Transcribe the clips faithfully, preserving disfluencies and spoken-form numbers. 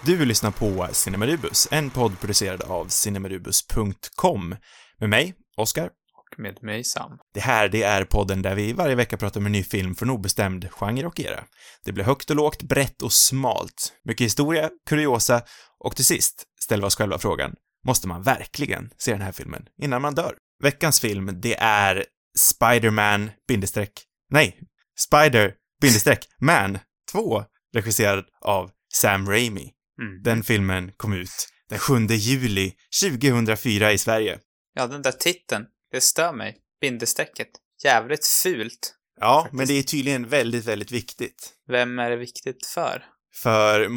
Du lyssnar på Cinemarubus, en podd producerad av cinemarubus punkt com. Med mig, Oskar. Och med mig, Sam. Det här, det är podden där vi varje vecka pratar om en ny film från obestämd genre och era. Det blir högt och lågt, brett och smalt. Mycket historia, kuriosa och till sist ställer vi oss själva frågan: måste man verkligen se den här filmen innan man dör? Veckans film, det är Spider-Man bindestreck... Nej, Spider bindestreck Man två, regisserad av Sam Raimi. Mm. Den filmen kom ut den sjunde juli tjugohundrafyra i Sverige. Ja, den där titeln, det stör mig. Bindestrecket. Jävligt fult. Ja, faktiskt. Men det är tydligen väldigt, väldigt viktigt. Vem är det viktigt för? För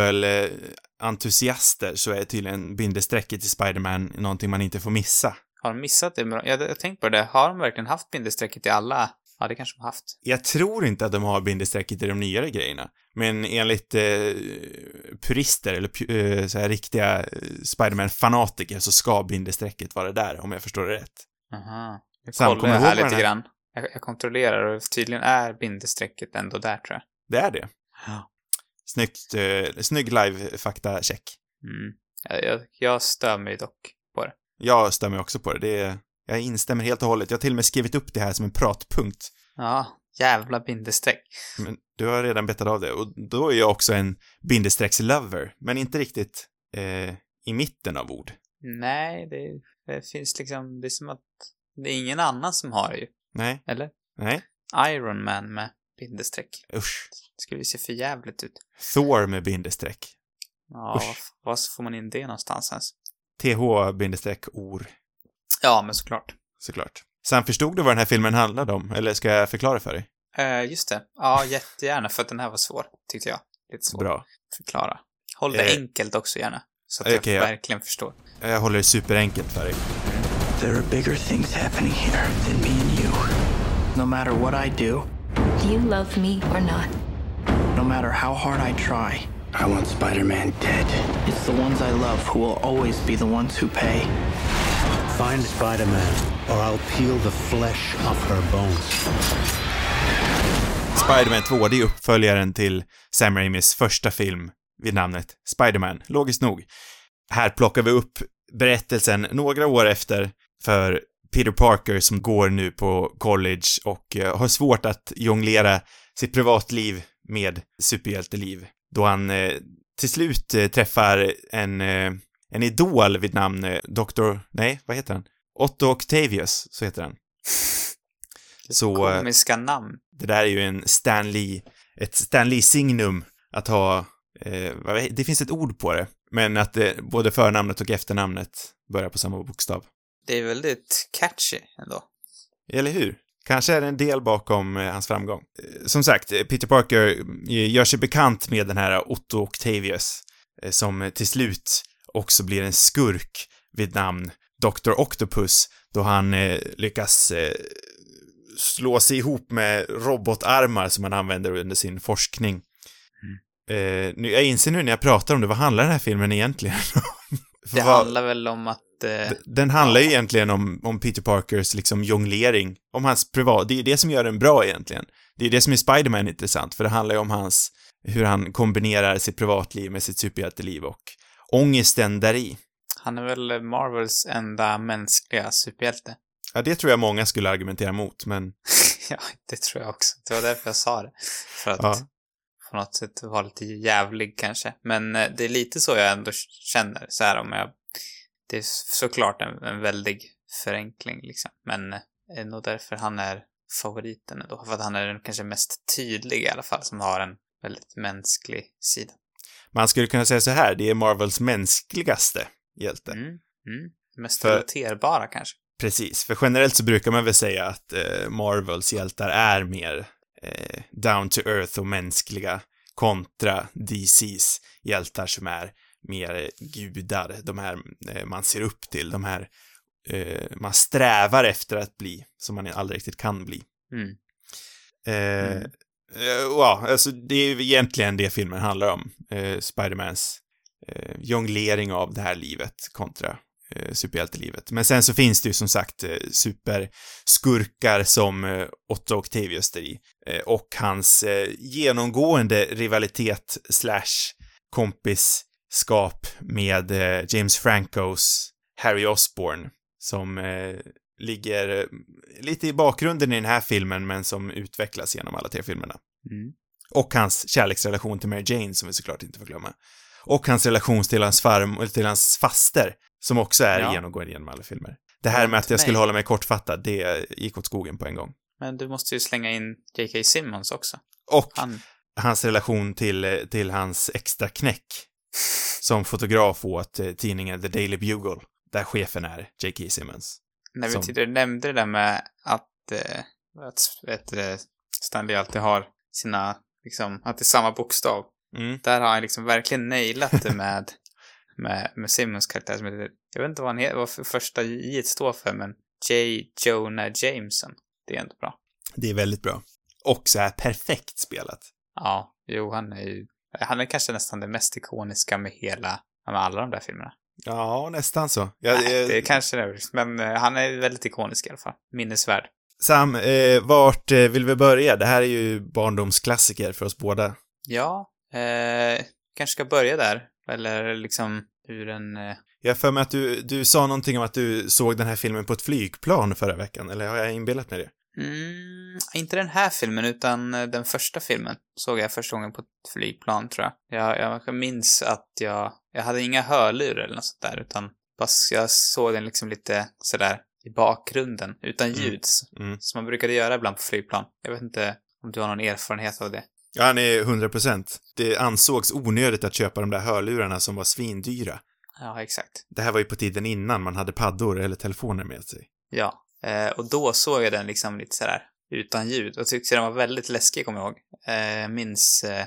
Marvel-entusiaster så är tydligen bindestrecket i Spider-Man någonting man inte får missa. Har de missat det? Jag har tänkt på det. Har de verkligen haft bindestrecket i alla? Ja, det kanske de har haft. Jag tror inte att de har bindestrecket i de nyare grejerna. Men enligt eh, purister eller eh, så här riktiga Spider-Man-fanatiker så ska bindestrecket vara där, om jag förstår det rätt. Aha. Jag Sam, kollar här lite här? grann. Jag, jag kontrollerar och tydligen är bindestrecket ändå där, tror jag. Det är det. Ja. Snyggt, eh, snygg live-fakta-check. Mm. Jag, jag, jag stör mig dock på det. Jag stämmer också på det. det är, jag instämmer helt och hållet. Jag har till och med skrivit upp det här som en pratpunkt. Ja, jävla bindestreck. Men du har redan betat av det. Och då är jag också en bindestreckslover. Men inte riktigt eh, i mitten av ord. Nej, det, det finns liksom... Det är som att det är ingen annan som har det ju. Nej. Eller? Nej. Iron Man med bindestreck. Usch. Det skulle ju se för jävligt ut. Thor med bindestreck. Ja, var får man in det någonstans ens? T H bindestreck or. Ja, men såklart. Såklart. Sen förstod du vad den här filmen handlade om? Eller ska jag förklara för dig? Uh, just det. Ja, jättegärna. För att den här var svår, tyckte jag. Lite svår. Bra. att förklara. Håll det Eh. enkelt också gärna. Så att Okej, jag ja. verkligen förstår. Jag håller det superenkelt för dig. There are bigger things happening here than me and you. No matter what I do, Do you love me or not? no matter how hard I try, I want Spider-Man dead. It's the ones I love who will always be the ones who pay. Find Spider-Man, or I'll peel the flesh off her bones. Spider-Man två, det är uppföljaren till Sam Raimis första film vid namnet Spider-Man, logiskt nog. Här plockar vi upp berättelsen några år efter för Peter Parker som går nu på college och uh, har svårt att jonglera sitt privatliv med superhjälteliv. Då han uh, till slut uh, träffar en, uh, en idol vid namn uh, doktor Nej, vad heter han? Otto Octavius, så heter han. Så Komiska namn. det där är ju en Stan Lee, ett Stan Lee-signum att ha, eh, det finns ett ord på det, men att eh, både förnamnet och efternamnet börjar på samma bokstav. Det är väldigt catchy ändå. Eller hur? Kanske är det en del bakom eh, hans framgång. Eh, som sagt, eh, Peter Parker eh, gör sig bekant med den här Otto Octavius eh, som eh, till slut också blir en skurk vid namn doktor Octopus, då han eh, lyckas eh, slå sig ihop med robotarmar som han använder under sin forskning. Mm. Eh, nu, jag inser nu när jag pratar om det, vad handlar den här filmen egentligen om? Det vad, handlar väl om att... Eh, den handlar ju egentligen om, om Peter Parkers liksom jonglering, om hans privat, det är det som gör den bra egentligen. Det är det som är Spider-Man intressant, för det handlar ju om hans, hur han kombinerar sitt privatliv med sitt superhjälteliv och ångesten där i. Han är väl Marvels enda mänskliga superhjälte. Ja, det tror jag många skulle argumentera mot, men... Ja, det tror jag också. Det var därför jag sa det. För att Ja. på något sätt vara lite jävlig kanske. Men eh, det är lite så jag ändå känner. Så här om jag... Det är såklart en, en väldig förenkling liksom. Men eh, det är nog därför han är favoriten då. För att han är den kanske mest tydlig i alla fall. Som har en väldigt mänsklig sida. Man skulle kunna säga så här, det är Marvels mänskligaste hjälte. Mm, mm. Mest För- relaterbara kanske. Precis, för generellt så brukar man väl säga att eh, Marvels hjältar är mer eh, down to earth och mänskliga kontra D C's hjältar som är mer gudar, de här eh, man ser upp till, de här eh, man strävar efter att bli, som man aldrig riktigt kan bli. Mm. Eh, Mm. eh, ja, alltså det är ju egentligen det filmen handlar om. Eh, Spider-Mans eh, jonglering av det här livet kontra eh, superhjältelivet. Men sen så finns det ju som sagt eh, superskurkar som eh, Otto Octavius där i. Eh, och hans eh, genomgående rivalitet slash kompis skap med eh, James Francos Harry Osborn som eh, ligger eh, lite i bakgrunden i den här filmen men som utvecklas genom alla tre filmerna. Mm. Och hans kärleksrelation till Mary Jane som vi såklart inte får glömma. Och hans relation till hans farm eller till hans faster som också är Ja. genomgående genom alla filmer. Det här med att jag skulle hålla mig kortfattad, det gick åt skogen på en gång. Men du måste ju slänga in J K. Simmons också. Och Han... hans relation till, till hans extra knäck som fotograf åt eh, tidningen The Daily Bugle, där chefen är J K. Simmons. När vi som... tidigare nämnde det där med att, eh, att vet du, Stanley alltid har sina, liksom, att det är samma bokstav. Mm. Där har han liksom verkligen nailat det med, med, med Simmons karaktär som heter, jag vet inte vad han heter, vad för första J står för, men J. Jonah Jameson. Det är ändå bra. Det är väldigt bra. Och så här perfekt spelat. Ja, jo, han är ju, han är kanske nästan det mest ikoniska med hela, med alla de där filmerna. Ja, nästan så. Jag, Nej, jag... det är kanske det, men uh, han är väldigt ikonisk i alla fall. Minnesvärd. Sam, eh, vart eh, vill vi börja? Det här är ju barndomsklassiker för oss båda. Ja, eh, kanske ska börja där. Eller liksom hur en... Eh... Jag för mig att du, du sa någonting om att du såg den här filmen på ett flygplan förra veckan. Eller har jag inbillat mig det? Mm, inte den här filmen, utan den första filmen såg jag första gången på ett flygplan, tror jag. Jag, jag minns att jag... Jag hade inga hörlurar eller något sånt där, utan bara jag såg den liksom lite sådär i bakgrunden, utan ljud. Mm. Mm. Som man brukade göra ibland på flygplan. Jag vet inte om du har någon erfarenhet av det. Ja, nej, hundra procent. Det ansågs onödigt att köpa de där hörlurarna som var svindyra. Ja, exakt. Det här var ju på tiden innan man hade paddor eller telefoner med sig. Ja, eh, och då såg jag den liksom lite sådär utan ljud. Och tyckte den var väldigt läskig, kommer jag ihåg. Eh, minns... Eh,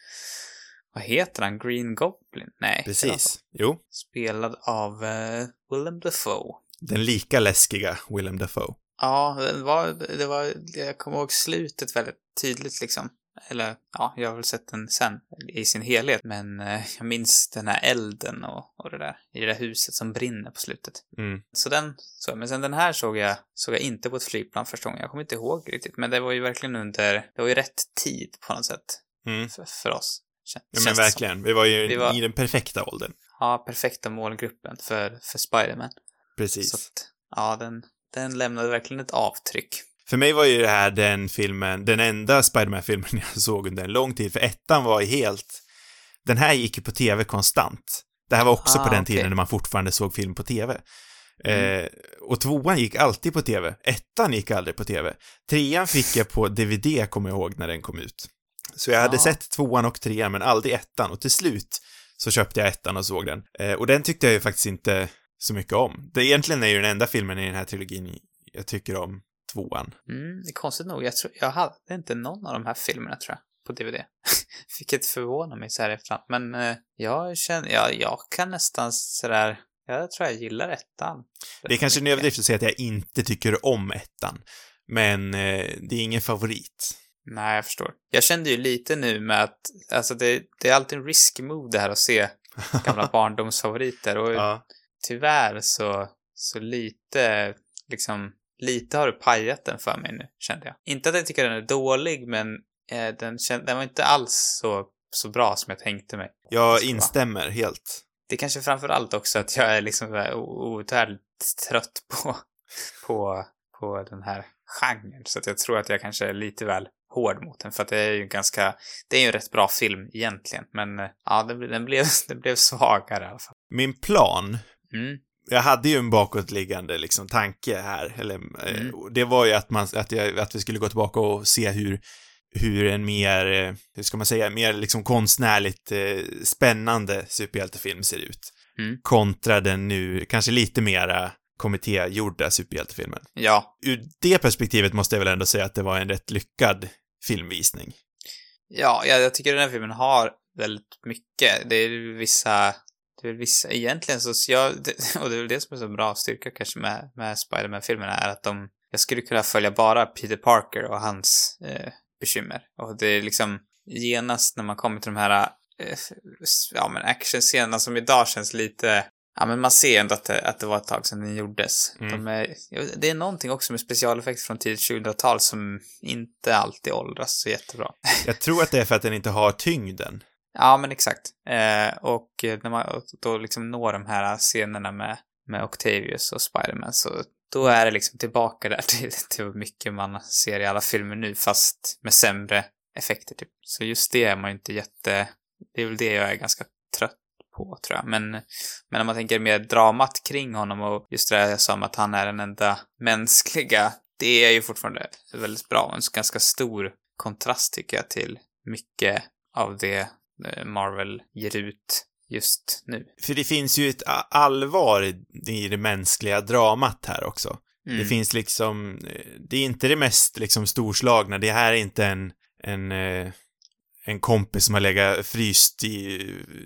vad heter han? Green Goblin? Nej. Precis. Jo. Spelad av eh, Willem Dafoe. Den lika läskiga Willem Dafoe. Ja, det var, det var... Jag kommer ihåg slutet väldigt tydligt liksom. Eller, ja, jag har väl sett den sen i sin helhet. Men eh, jag minns den här elden och, och det där. I det där huset som brinner på slutet. Mm. Så den, så, men sen den här såg jag, såg jag inte på ett flygplan första gången. Jag kommer inte ihåg riktigt. Men det var ju verkligen under, det var ju rätt tid på något sätt. Mm. För, för oss. Kän, Ja, men verkligen. Som. Vi var ju Vi var, i den perfekta åldern. Ja, perfekta målgruppen för, för Spider-Man. Precis. Så att, ja, den, den lämnade verkligen ett avtryck. För mig var ju det här den filmen, den enda Spider-Man-filmen jag såg under en lång tid. För ettan var ju helt... Den här gick ju på tv konstant. Det här var också ah, på den okay. tiden när man fortfarande såg film på tv. Mm. Eh, och tvåan gick alltid på tv. Ettan gick aldrig på tv. Trean fick jag på D V D, kommer jag ihåg, när den kom ut. Så jag hade ah. sett tvåan och trean, men aldrig ettan. Och till slut så köpte jag ettan och såg den. Eh, och den tyckte jag ju faktiskt inte så mycket om. Det egentligen är ju den enda filmen i den här trilogin jag tycker om. Tvåan. Mm, det är konstigt nog. Jag, tror, jag hade inte någon av de här filmerna, tror jag, på D V D. Vilket förvånar mig så här efterhand. Men eh, jag känner, ja, jag kan nästan sådär, jag tror jag gillar ettan. Det är kanske en överdrift att säga att jag inte tycker om ettan. Men eh, det är ingen favorit. Nej, jag förstår. Jag kände ju lite nu med att, alltså det, det är alltid en risky move det här att se gamla barndomsfavoriter. Och ja. Tyvärr så, så lite, liksom, lite har du pajat den för mig nu, kände jag. Inte att jag tycker den är dålig, men eh, den, känd, den var inte alls så, så bra som jag tänkte mig. Jag instämmer helt. Det är kanske framförallt också att jag är liksom outhärdligt trött på, på, på den här genren. Så att jag tror att jag kanske är lite väl hård mot den. För att det är ju ganska, det är ju en rätt bra film egentligen. Men ja, den, den, blev, den blev svagare i alla fall. Min plan... Mm. Jag hade ju en bakåtliggande liksom tanke här, eller mm. det var ju att man att, jag, att vi skulle gå tillbaka och se hur hur en mer, hur ska man säga, mer liksom konstnärligt eh, spännande superhjältefilm ser ut. Mm. Kontra den nu kanske lite mera kommittégjorda superhjältefilmen. Ja. Ur det perspektivet måste jag väl ändå säga att det var en rätt lyckad filmvisning. Ja, jag, jag tycker den här filmen har väldigt mycket. Det är vissa Det är vissa, egentligen så, jag, det, och det är väl det som är så bra styrka kanske med, med Spider-Man-filmerna, är att de, jag skulle kunna följa bara Peter Parker och hans eh, bekymmer. Och det är liksom genast när man kommer till de här eh, ja, men actionscenerna som idag känns lite, ja, men man ser ändå att det, att det var ett tag sedan den gjordes. Mm. De är, det är någonting också med specialeffekter från tidigt tjugohundratal som inte alltid åldras så jättebra. Jag tror att det är för att den inte har tyngden. Ja, men exakt. Eh, och när man då liksom når de här scenerna med, med Octavius och Spider-Man, så då är det liksom tillbaka där till, till mycket man ser i alla filmer nu, fast med sämre effekter typ. Så just det är man ju inte jätte... Det är väl det jag är ganska trött på, tror jag. Men, men om man tänker mer dramat kring honom och just det här som att han är den enda mänskliga, det är ju fortfarande väldigt bra. En ganska stor kontrast tycker jag till mycket av det Marvel ger ut just nu. För det finns ju ett allvar i det mänskliga dramat här också. Mm. Det finns liksom, det är inte det mest liksom storslagna. Det här är inte en en, en kompis som har legat fryst i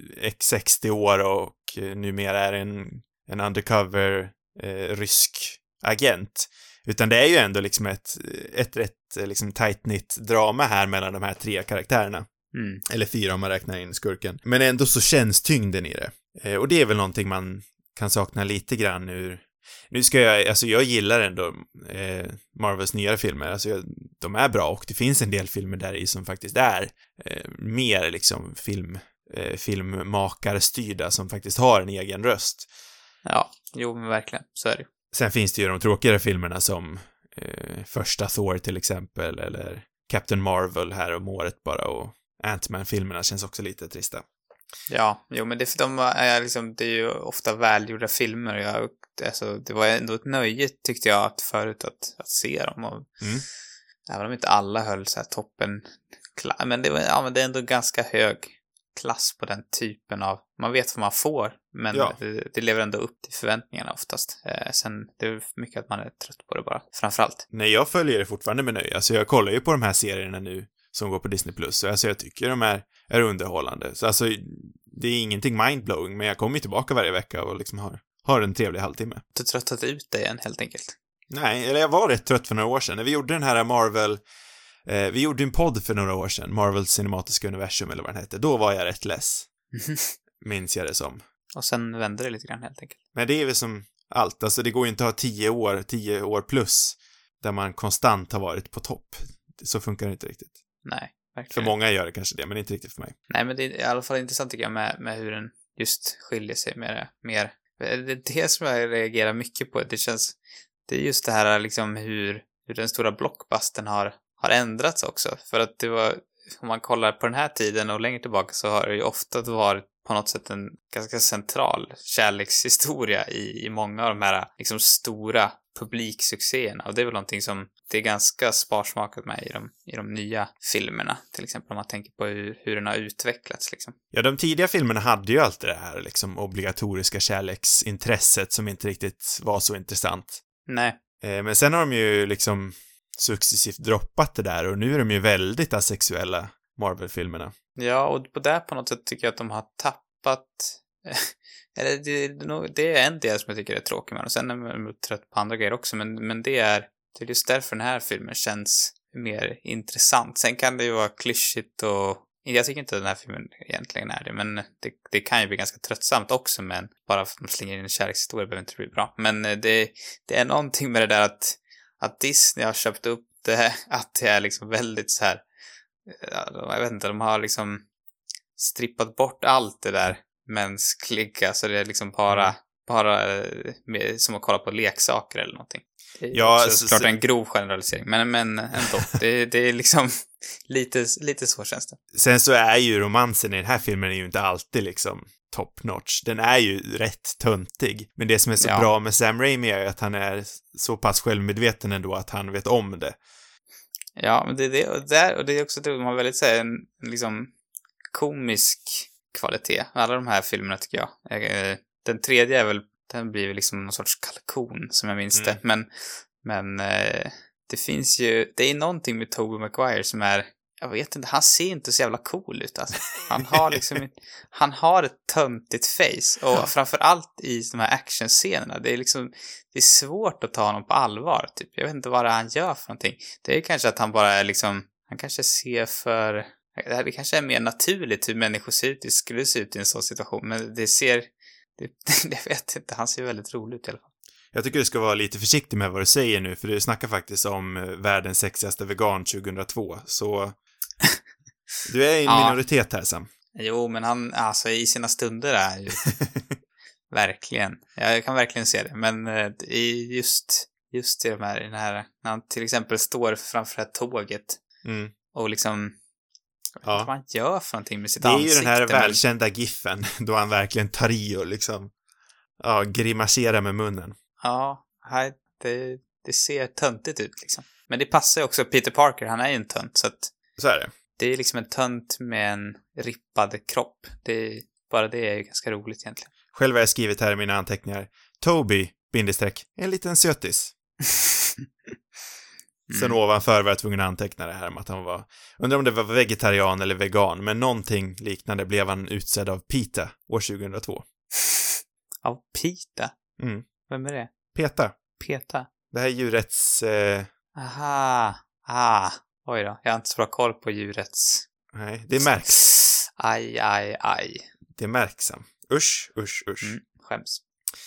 x sextio år och numera är en, en undercover eh, rysk agent. Utan det är ju ändå liksom ett, ett rätt liksom tight-knit drama här mellan de här tre karaktärerna. Mm. Eller fyra om man räknar in skurken. Men ändå så känns tyngden i det. Eh, och det är väl någonting man kan sakna lite grann ur... Nu ska jag... Alltså jag gillar ändå eh, Marvels nya filmer. Alltså jag, de är bra och det finns en del filmer där i som faktiskt är eh, mer liksom film, eh, filmmakarstyrda som faktiskt har en egen röst. Ja, jo men verkligen. Så är det. Sen finns det ju de tråkigare filmerna som eh, första Thor till exempel, eller Captain Marvel här om året bara, och Ant-Man-filmerna känns också lite trista. Ja, jo men det, de är liksom, det är ju ofta välgjorda filmer och jag, alltså, det var ändå ett nöje tyckte jag att förut att, att se dem och mm. även om inte alla höll så här toppen, men det, var, ja, men det är ändå ganska hög klass på den typen av, man vet vad man får, men ja. det, det lever ändå upp till förväntningarna oftast. Eh, sen det är mycket att man är trött på det bara, framförallt. Nej, jag följer det fortfarande med nöje. Alltså jag kollar ju på de här serierna nu som går på Disney Plus, så alltså jag tycker de är, är underhållande. Så alltså det är ingenting mindblowing, men jag kommer ju tillbaka varje vecka och liksom har, har en trevlig halvtimme. Du har tröttat ut dig igen helt enkelt? Nej, eller jag var rätt trött för några år sedan. När vi gjorde den här Marvel... Eh, vi gjorde en podd för några år sedan, Marvels cinematiska universum eller vad den hette. Då var jag rätt less. Minns jag det som. Och sen vände det lite grann helt enkelt. Men det är väl som allt. Alltså det går ju inte att ha tio år, tio år plus där man konstant har varit på topp. Så funkar det inte riktigt. Nej, verkligen. För många gör det kanske det, men inte riktigt för mig. Nej, men det är i alla fall intressant tycker jag med, med hur den just skiljer sig med det. Mer. Det är det som jag reagerar mycket på. Det känns, det är just det här liksom hur, hur den stora blockbusten har har ändrats också. För att det var, om man kollar på den här tiden och längre tillbaka så har det ju ofta varit på något sätt en ganska central kärlekshistoria i, i många av de här liksom stora publiksuccéerna. Och det är väl någonting som det är ganska sparsmakat med i de, i de nya filmerna. Till exempel om man tänker på hur, hur den har utvecklats liksom. Ja, de tidiga filmerna hade ju alltid det här liksom obligatoriska kärleksintresset som inte riktigt var så intressant. Nej. Eh, men sen har de ju liksom successivt droppat det där och nu är de ju väldigt asexuella, Marvel-filmerna. Ja, och på det på något sätt tycker jag att de har tappat eller det, det är en del som jag tycker är tråkig med och sen är jag trött på andra grejer också, men, men det är det är just därför den här filmen känns mer intressant. Sen kan det ju vara klyschigt och jag tycker inte att den här filmen egentligen är det, men det, det kan ju bli ganska tröttsamt också, men bara för att man slänger in en kärlekshistoria behöver inte bli bra. Men det, det är någonting med det där att att Disney har köpt upp det, att det är liksom väldigt så här, jag vet inte, de har liksom strippat bort allt det där mänskliga, så det är liksom bara, mm. bara med, som att kolla på leksaker eller någonting. Det är ja, också, så, klart så... en grov generalisering, men, men ändå, det, det är liksom lite, lite så känns det. Sen så är ju romansen i den här filmen är ju inte alltid liksom top notch. Den är ju rätt töntig. Men det som är så ja. bra med Sam Raimi är att han är så pass självmedveten ändå att han vet om det. Ja, men det är det, och, där, och det är också det, de har väldigt så här, en liksom komisk kvalitet. Alla de här filmerna tycker jag. Den tredje är väl, den blir väl liksom någon sorts kalkon som jag minns det. Mm. Men, men det finns ju, det är någonting med Tobey Maguire som är, jag vet inte, han ser inte så jävla cool ut alltså. Han har liksom han har ett töntigt face och framförallt i de här actionscenerna, det är liksom det är svårt att ta honom på allvar typ. Jag vet inte vad det är han gör för någonting. Det är kanske att han bara är liksom, han kanske ser för, det här kanske är mer naturligt hur människor ser ut, det skulle se ut i en sån situation, men det ser det, jag vet inte, han ser väldigt rolig ut i alla fall. Jag tycker du ska vara lite försiktig med vad du säger nu, för du snackar faktiskt om världens sexigaste vegan tjugohundratvå, så du är i en ja. minoritet här, Sam. Jo, men han, alltså i sina stunder är ju verkligen, jag kan verkligen se det, men eh, i just, just i de här, i den här, när han till exempel står framför det här tåget Mm. och liksom, jag vet Ja. inte vad han gör för någonting med sitt Det är ansikte. ju den här men- välkända giffen då han verkligen tar i och liksom ja, grimaserar med munnen. Ja, här, det, det ser töntigt ut liksom. Men det passar ju också Peter Parker, han är ju en tönt, så att Så är det. det är liksom en tönt med en rippad kropp. Det är, bara det är ju ganska roligt egentligen. Själv har jag skrivit här i mina anteckningar Toby, bindestreck, en liten sötis. Sen ovanför var jag tvungen att anteckna det här med att han var, undrar om det var vegetarian eller vegan, men någonting liknande blev han utsedd av PETA år tjugohundratvå. Av Pita? Mm. Vem är det? PETA. Peta? Det här är djurrätts... Eh, Aha. Ah. Oj då, jag har inte så bra koll på djurets... nej, det märks. Aj, aj, aj. Det märks. Usch, usch, usch. Mm, skäms.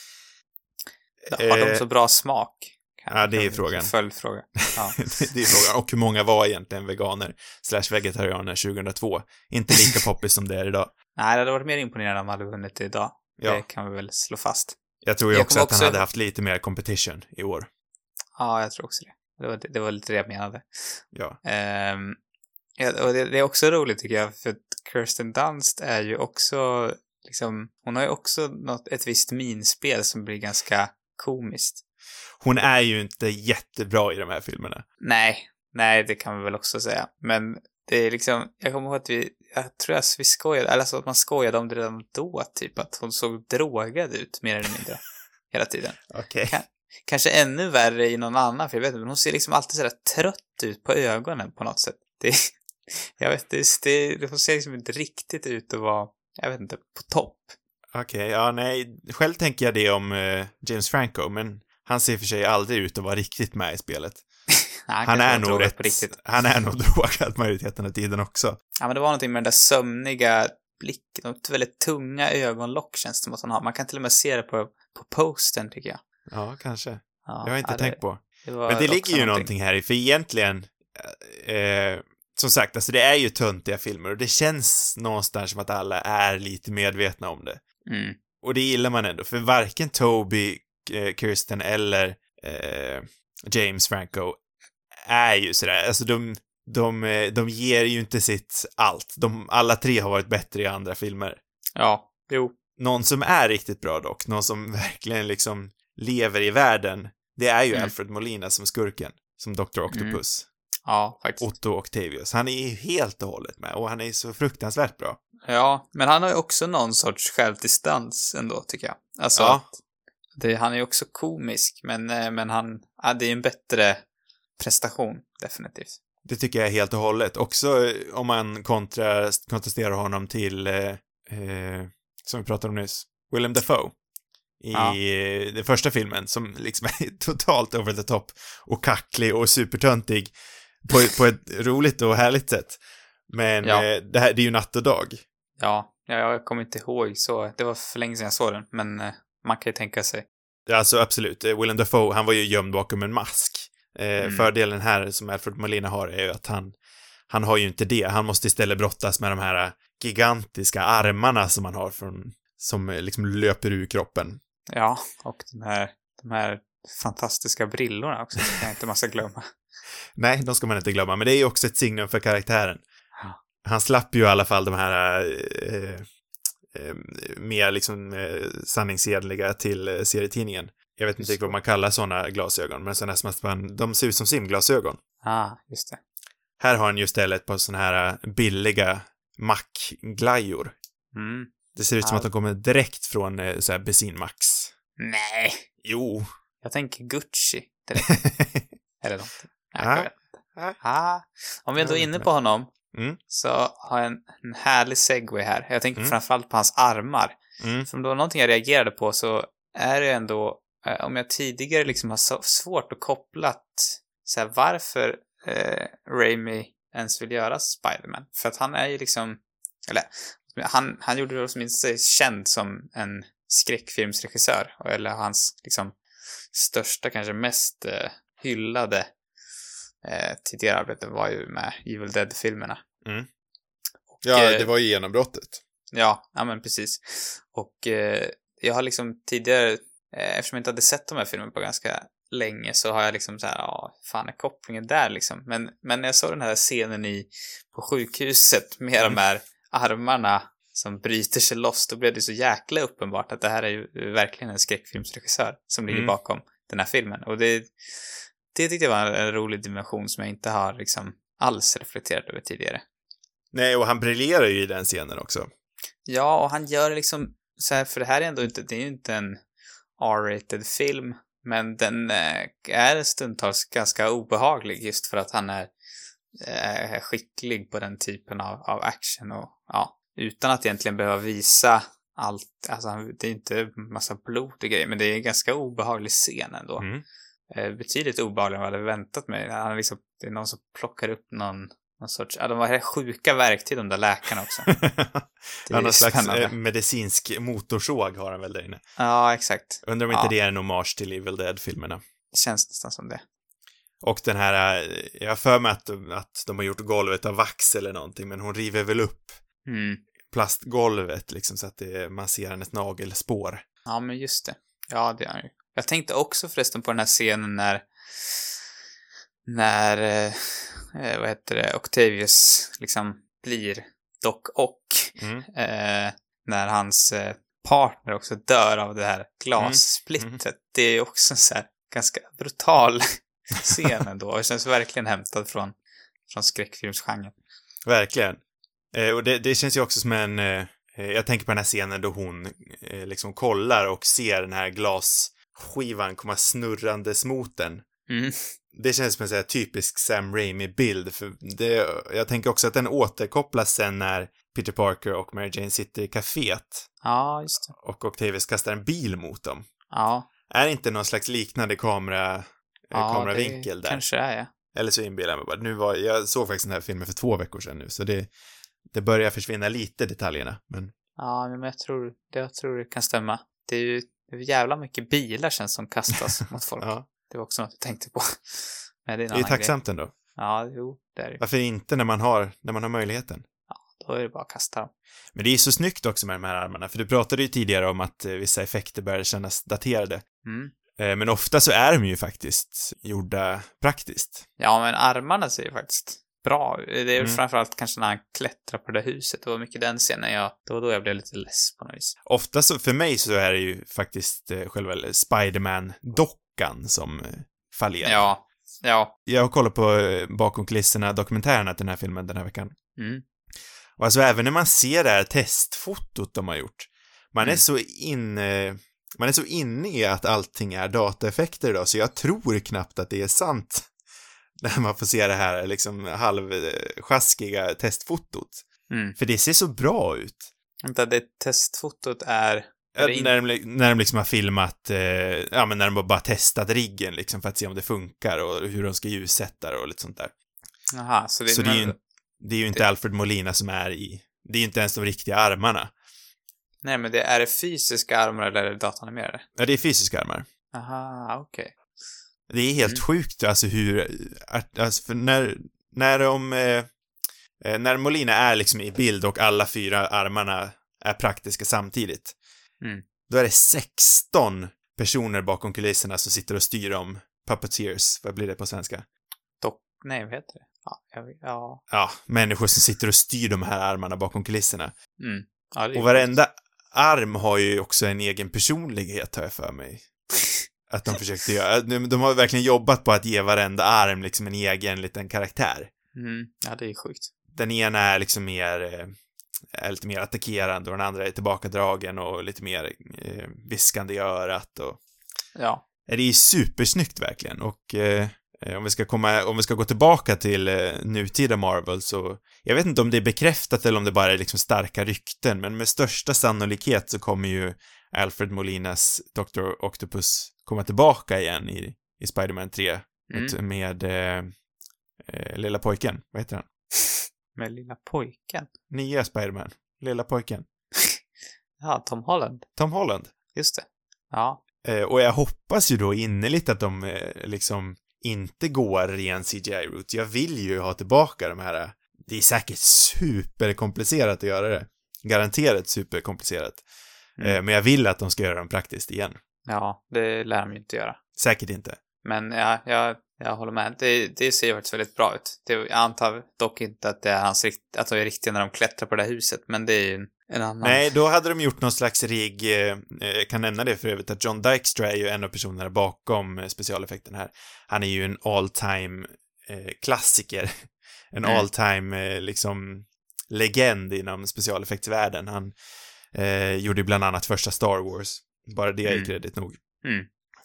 Eh, Har de så bra smak? ja, det är ju frågan. Följdfråga. Ja. Det är frågan. Och hur många var egentligen veganer slash vegetarianer tjugohundratvå? Inte lika poppis som det är idag. Nej, det hade varit mer imponerande om han hade vunnit det idag. Ja. Det kan vi väl slå fast. Jag tror ju Jag också kommer att han också- hade haft lite mer competition i år. Ja, jag tror också det. Det var, det var lite det jag menade. Ja. Ehm, ja, och det, det är också roligt tycker jag, för att Kirsten Dunst är ju också, liksom, hon har ju också något, ett visst minspel som blir ganska komiskt. Hon är ju inte jättebra i de här filmerna. Nej, nej, det kan vi väl också säga. Men det är liksom, jag kommer ihåg att vi, jag tror att vi skojade, eller så att man skojade om det redan då, typ att hon såg drogad ut, mer eller mindre, hela tiden. Okej. Kan- Kanske ännu värre i någon annan, för jag vet inte, men hon ser liksom alltid så där trött ut på ögonen på något sätt. Det, jag vet det, det, hon ser liksom inte riktigt ut att vara, jag vet inte, på topp. Okej, ja nej. Själv tänker jag det om eh, James Franco, men han ser för sig aldrig ut att vara riktigt med i spelet. Nej, Han kanske är var nog drogad rätt, på riktigt. han är nog drogad majoriteten av tiden också. Ja, men det var någonting med den där sömniga blicken, och väldigt tunga ögonlock känns det som att hon har. Man kan till och med se det på, på postern, tycker jag. Ja, kanske. Ja, Jag har inte ja, tänkt det, på. det var Men det också ligger ju någonting. någonting här i, för egentligen, eh, som sagt, alltså det är ju töntiga filmer och det känns någonstans som att alla är lite medvetna om det. Mm. Och det gillar man ändå, för varken Toby, eh, Kirsten eller eh, James Franco är ju sådär, alltså de, de, eh, de ger ju inte sitt allt. De, alla tre har varit bättre i andra filmer. Ja, jo. Någon som är riktigt bra dock, någon som verkligen liksom lever i världen, det är ju Mm. Alfred Molina som skurken, som doktor Octopus. Ja, faktiskt. Otto Octavius. Han är ju helt och hållet med och han är ju så fruktansvärt bra. Ja, men han har ju också någon sorts självdistans ändå, tycker jag. Alltså, Ja. att det, han är ju också komisk, men, eh, men han, ja, det är ju en bättre prestation, definitivt. Det tycker jag är helt och hållet. Också eh, om man kontra, kontrasterar honom till, eh, eh, som vi pratade om nyss, Willem Dafoe. I Ja. eh, den första filmen, som liksom är totalt over the top och kacklig och supertöntig på, på ett roligt och härligt sätt. Men Ja. eh, det här det är ju natt och dag. Ja, ja, jag kommer inte ihåg så. Det var för länge sedan jag såg den, men eh, man kan ju tänka sig. Alltså absolut, eh, Willem Dafoe, han var ju gömd bakom en mask. Eh, Mm. Fördelen här som Alfred Molina har är ju att han, han har ju inte det. Han måste istället brottas med de här gigantiska armarna som han har från, som eh, liksom löper ur kroppen. Ja, och de här, de här fantastiska brillorna också, det kan jag inte man ska glömma. Nej, de ska man inte glömma, men det är ju också ett signum för karaktären. Ja. Han slapp ju i alla fall de här eh, eh, mer liksom eh, sanningsenliga till eh, serietidningen. Jag vet inte riktigt vad man kallar sådana glasögon, men sådana som att man, de ser ut som simglasögon. Ah, just det. Här har han ju istället på sådana här billiga Mac-glajor. Mm. Det ser ut som Ja. att de kommer direkt från eh, så här Bensin Max. Nej, Jo. jag tänker Gucci direkt. Eller någonting. Ja, Ah. jag vet inte. Ah. Om vi ändå är Jag vet inne inte. på honom, Mm. så har jag en, en härlig segway här. Jag tänker Mm. framförallt på hans armar. Mm. För om det var någonting jag reagerade på, så är det ändå, eh, om jag tidigare liksom har så svårt att koppla så här, varför eh, Raimi ens vill göra Spider-Man. För att han är ju liksom, eller han, han gjorde det som inte sig känd som en skräckfilmsregissör, eller hans liksom största, kanske mest eh, hyllade eh, tidigare arbete var ju med Evil Dead-filmerna. Mm. Och, ja, eh, det var ju genombrottet. Ja, ja men precis. Och eh, jag har liksom tidigare, eh, eftersom jag inte hade sett de här filmerna på ganska länge, så har jag liksom så här, ja, fan är kopplingen där liksom. Men, men när jag såg den här scenen i, på sjukhuset med mm. de här armarna som bryter sig loss, då blev det så jäkla uppenbart att det här är ju verkligen en skräckfilmsregissör som ligger mm. bakom den här filmen. Och det, det tyckte jag var en rolig dimension som jag inte har liksom alls reflekterat över tidigare. Nej, och han briljerar ju i den scenen också. Ja, och han gör liksom så här, för det här är ändå inte, det är ju inte en R-rated film, men den eh, är stundtals ganska obehaglig just för att han är eh, skicklig på den typen av, av action och ja, utan att egentligen behöva visa allt, alltså det är inte massa blod och grejer, men det är en ganska obehaglig scen ändå. Mm. Eh, betydligt obehagligare än vad jag hade väntat mig. Han liksom, det är någon som plockar upp någon någon sorts, ja, de var här sjuka verktyg, de där läkarna också. Det är någon slags eh, medicinsk motorsåg har han väl där inne. Ja, exakt. Undrar om ja. inte det är en hommage till Evil Dead-filmerna. Det känns nästan som det. Och den här, jag har för mig att, att de har gjort golvet av vax eller någonting, men hon river väl upp mm. plastgolvet liksom så att det, man ser en ett nagelspår. Ja, men just det. Ja, det är ju. Jag tänkte också förresten på den här scenen när när eh, vad heter det, Octavius liksom blir Doc Ock mm. eh, när hans eh, partner också dör av det här glassplittet. Mm. Mm. Det är också en så här ganska brutal scen ändå. Det känns verkligen hämtad från, från skräckfilmsgenren. Verkligen. Eh, och det, det känns ju också som en eh, jag tänker på den här scenen då hon eh, liksom kollar och ser den här glasskivan komma snurrandes mot den. Mm. Det känns som en så här typisk Sam Raimi-bild. För det, jag tänker också att den återkopplas sen när Peter Parker och Mary Jane sitter i kaféet. Ja, just det. Och Octavius kastar en bil mot dem. Ja. Är det inte någon slags liknande kamera, ja, kameravinkel där? Kanske är, ja. Eller så inbillar jag mig bara. Nu var, jag såg faktiskt den här filmen för två veckor sedan nu. Så det, det börjar försvinna lite detaljerna. Men... Ja, men jag tror, det, jag tror det kan stämma. Det är ju det är jävla mycket bilar känns som kastas mot folk. Ja. Det var också något jag tänkte på. Men det är, det är tacksamt grej. ändå. Ja, jo, det är det. Varför inte när man har, när man har möjligheten? Ja, då är det bara att kasta dem. Men det är så snyggt också med de här armarna. För du pratade ju tidigare om att vissa effekter börjar kännas daterade. Mm. Men ofta så är de ju faktiskt gjorda praktiskt. Ja, men armarna ser ju faktiskt bra. Det är mm. framförallt kanske när han klättrar på det huset. Det var mycket den scenen jag, det var då jag blev lite less på något vis. Ofta så, för mig så är det ju faktiskt själva Spider-Man-dockan som fallerar. Ja, ja. Jag har kollat på bakom kulisserna dokumentärerna till den här filmen den här veckan. Mm. Och alltså även när man ser det här testfotot de har gjort, man mm. är så inne, man är så inne i att allting är dataeffekter idag, så jag tror knappt att det är sant när man får se det här liksom halvsjaskiga testfotot. Mm. För det ser så bra ut. Vänta, det testfotot är... är in... när, de, när de liksom har filmat, eh, ja men när de bara testat riggen liksom för att se om det funkar och hur de ska ljussätta det och lite sånt där. Jaha, så det, så det är ju, men... det är ju inte det... Alfred Molina som är i, det är ju inte ens de riktiga armarna. Nej, men det är det fysiska armar eller är det datanimerade? Ja, det är fysiska armar. Aha, okej. Okay. Det är helt mm. sjukt, alltså hur, alltså för när, när de, eh, när Molina är liksom i bild och alla fyra armarna är praktiska samtidigt, mm. då är det sexton personer bakom kulisserna som sitter och styr om puppeteers, vad blir det på svenska? Dock, nej, vad heter det? Ja, jag, ja. ja, människor som sitter och styr de här armarna bakom kulisserna. Mm. Ja, och varenda arm har ju också en egen personlighet, har jag för mig. Att de försökte göra. De har verkligen jobbat på att ge varenda arm liksom en egen liten karaktär. Mm. Ja, det är sjukt. Den ena är liksom mer är lite mer attackerande och den andra är tillbakadragen och lite mer eh, viskande i örat och ja. Det är supersnyggt verkligen. Och eh, om vi ska komma om vi ska gå tillbaka till eh, nutida Marvel, så jag vet inte om det är bekräftat eller om det bara är liksom starka rykten, men med största sannolikhet så kommer ju Alfred Molinas doktor Octopus komma tillbaka igen i, i Spider-Man tre mm. med eh, eh, lilla pojken, vad heter han? Med lilla pojken? Nya Spider-Man, lilla pojken. Ja, Tom Holland. Tom Holland. Just det, ja. Eh, och jag hoppas ju då innerligt att de eh, liksom inte går ren C G I-route. Jag vill ju ha tillbaka de här det är säkert superkomplicerat att göra det. Garanterat superkomplicerat. Mm. Eh, men jag vill att de ska göra dem praktiskt igen. Ja, det lär de ju inte göra. Säkert inte. Men ja, jag, jag håller med. Det, det ser faktiskt väldigt bra ut. Det, jag antar dock inte att det är hans rikt, att de är riktiga när de klättrar på det här huset, men det är ju en, en annan... Nej, då hade de gjort någon slags rigg. Jag eh, kan nämna det för övrigt att John Dykstra är ju en av personerna bakom specialeffekten här. Han är ju en all-time eh, klassiker. En mm. all-time eh, liksom legend inom specialeffektsvärlden. Han eh, gjorde bland annat första Star Wars. Bara det är mm. kredit nog. Mm.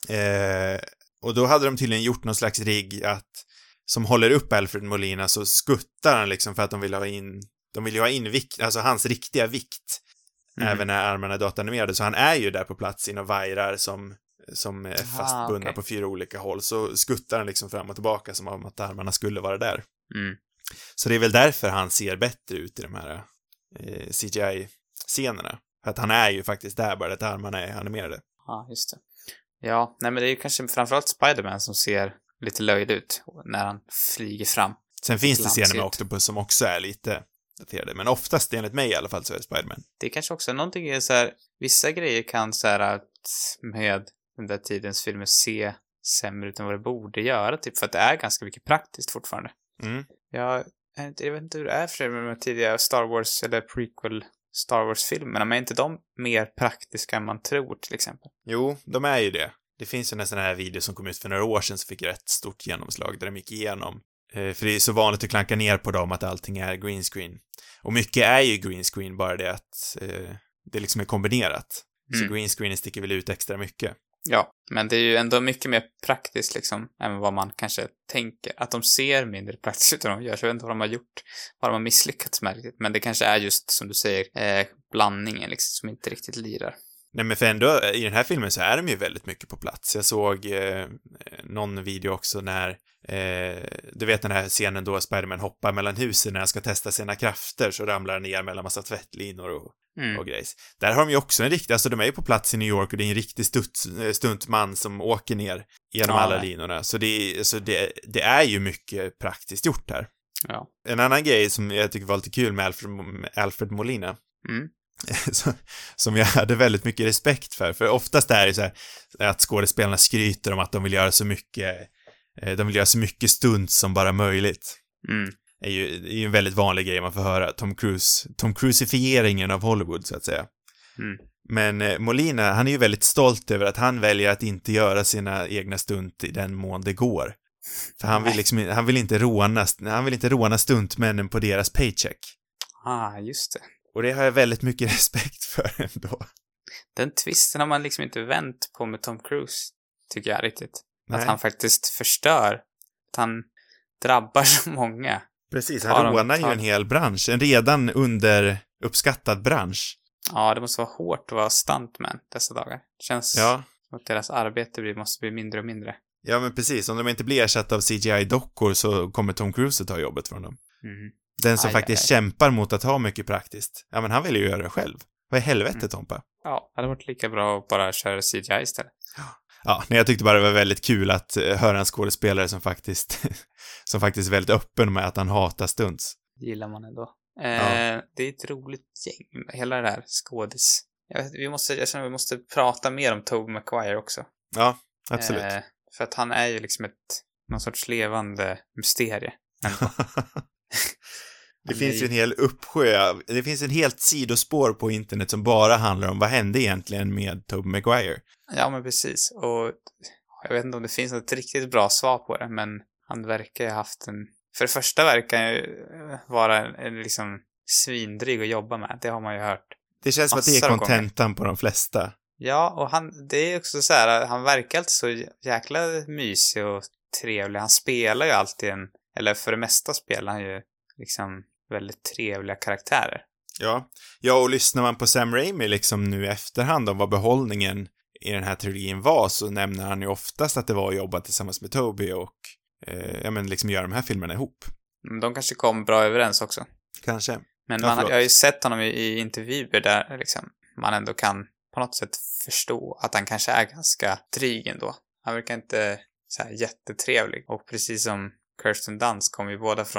Eh, och då hade de tydligen gjort någon slags rigg att som håller upp Alfred Molina, så skuttar han liksom för att de vill ha in de vill ju ha in vikt, alltså hans riktiga vikt mm. även när armarna är datanimerade, så han är ju där på plats inom vajrar som, som är fastbundna ah, okay. på fyra olika håll, så skuttar han liksom fram och tillbaka som om att armarna skulle vara där. Mm. Så det är väl därför han ser bättre ut i de här eh, C G I-scenerna. För att han är ju faktiskt där, bara att armarna är animerade. Ja, just det. Ja, nej men det är ju kanske framförallt Spider-Man som ser lite löjd ut när han flyger fram. Sen finns det scener med Octopus som också är lite daterade, men oftast enligt mig i alla fall så är det Spider-Man. Det är kanske också någonting är så här, vissa grejer kan så här att med den där tidens filmer se sämre ut än vad det borde göra, typ för att det är ganska mycket praktiskt fortfarande. Mm. Jag, jag vet inte hur det är för med de tidiga Star Wars eller prequel Star Wars-filmerna, men är inte de mer praktiska än man tror till exempel? Jo, de är ju det. Det finns ju en sån här video som kom ut för några år sedan som fick rätt stort genomslag där de gick igenom. Eh, för det är så vanligt att klanka ner på dem att allting är green screen. Och mycket är ju green screen, bara det att eh, det liksom är kombinerat. Mm. Så green screen sticker väl ut extra mycket. Ja, men det är ju ändå mycket mer praktiskt liksom än vad man kanske tänker. Att de ser mindre praktiskt ut än de gör. Så jag vet inte vad de har gjort, vad de har misslyckats med riktigt. Men det kanske är just, som du säger, eh, blandningen liksom som inte riktigt lirar. Nej, men för ändå, i den här filmen så är de ju väldigt mycket på plats. Jag såg eh, någon video också när, eh, du vet den här scenen då Spider-Man hoppar mellan husen när han ska testa sina krafter, så ramlar han ner mellan massa tvättlinor och, mm. och grejs. Där har de ju också en riktig, alltså de är ju på plats i New York och det är en riktig stunt, stuntman som åker ner genom ja, alla nej. linorna. Så, det, så det, det är ju mycket praktiskt gjort här. Ja. En annan grej som jag tycker var lite kul med Alfred, Alfred Molina, mm. som jag hade väldigt mycket respekt för. För oftast är det så här att skådespelarna skryter om att de vill göra så mycket de vill göra så mycket stunt som bara möjligt. Mm. Det är ju, det är ju en väldigt vanlig grej man får höra. Tom Cruise, Tom Cruisifieringen av Hollywood så att säga. Mm. Men eh, Molina, han är ju väldigt stolt över att han väljer att inte göra sina egna stunt i den mån det går. För han vill liksom, han vill inte råna, han vill inte råna stuntmännen på deras paycheck. Ah, just det. Och det har jag väldigt mycket respekt för ändå. Den twisten har man liksom inte vänt på med Tom Cruise, tycker jag riktigt. Nej. Att han faktiskt förstör. Att han drabbar så många. Precis, han rånar ju en hel bransch. En redan underuppskattad bransch. Ja, det måste vara hårt att vara stuntman dessa dagar. Det känns ja. som att deras arbete blir, måste bli mindre och mindre. Ja, men precis. Om de inte blir ersatta av C G I-dockor så kommer Tom Cruise att ta jobbet från dem. Mm. Den som aj, faktiskt aj, aj. kämpar mot att ha mycket praktiskt. Ja, men han vill ju göra det själv. Vad är helvete, mm. Tompa? Ja, det hade varit lika bra att bara köra C G I istället. Ja, nej, jag tyckte bara det var väldigt kul att uh, höra en skådespelare som faktiskt som faktiskt är väldigt öppen med att han hatar stunts. Gillar man ändå. Eh, ja. Det är ett roligt gäng, hela det här skådis. Jag, vet, vi måste, jag känner att vi måste prata mer om Tobey Maguire också. Ja, absolut. Eh, för att han är ju liksom ett någon sorts levande mysterie. Det finns ju en hel uppsjö, det finns en helt sidospår på internet som bara handlar om vad hände egentligen med Tobey Maguire. Ja, men precis. Och jag vet inte om det finns något riktigt bra svar på det, men han verkar ju ha haft en... För det första verkar han ju vara en, en liksom svindrig att jobba med. Det har man ju hört. Det känns som att det är kontentan på de flesta. Ja, och han, det är också så här, han verkar alltid så jäkla mysig och trevlig. Han spelar ju alltid en, eller för det mesta spelar han ju liksom väldigt trevliga karaktärer. Ja, ja, och lyssnar man på Sam Raimi liksom nu i efterhand om vad behållningen i den här trilogin var, så nämner han ju oftast att det var att jobba tillsammans med Tobey och eh, ja, men liksom göra de här filmerna ihop. De kanske kom bra överens också. Kanske. Men ja, man, jag har ju sett honom i, i intervjuer där liksom, man ändå kan på något sätt förstå att han kanske är ganska dryg ändå. Han verkar inte så här jättetrevlig. Och precis som Kirsten Dunst kom ju båda från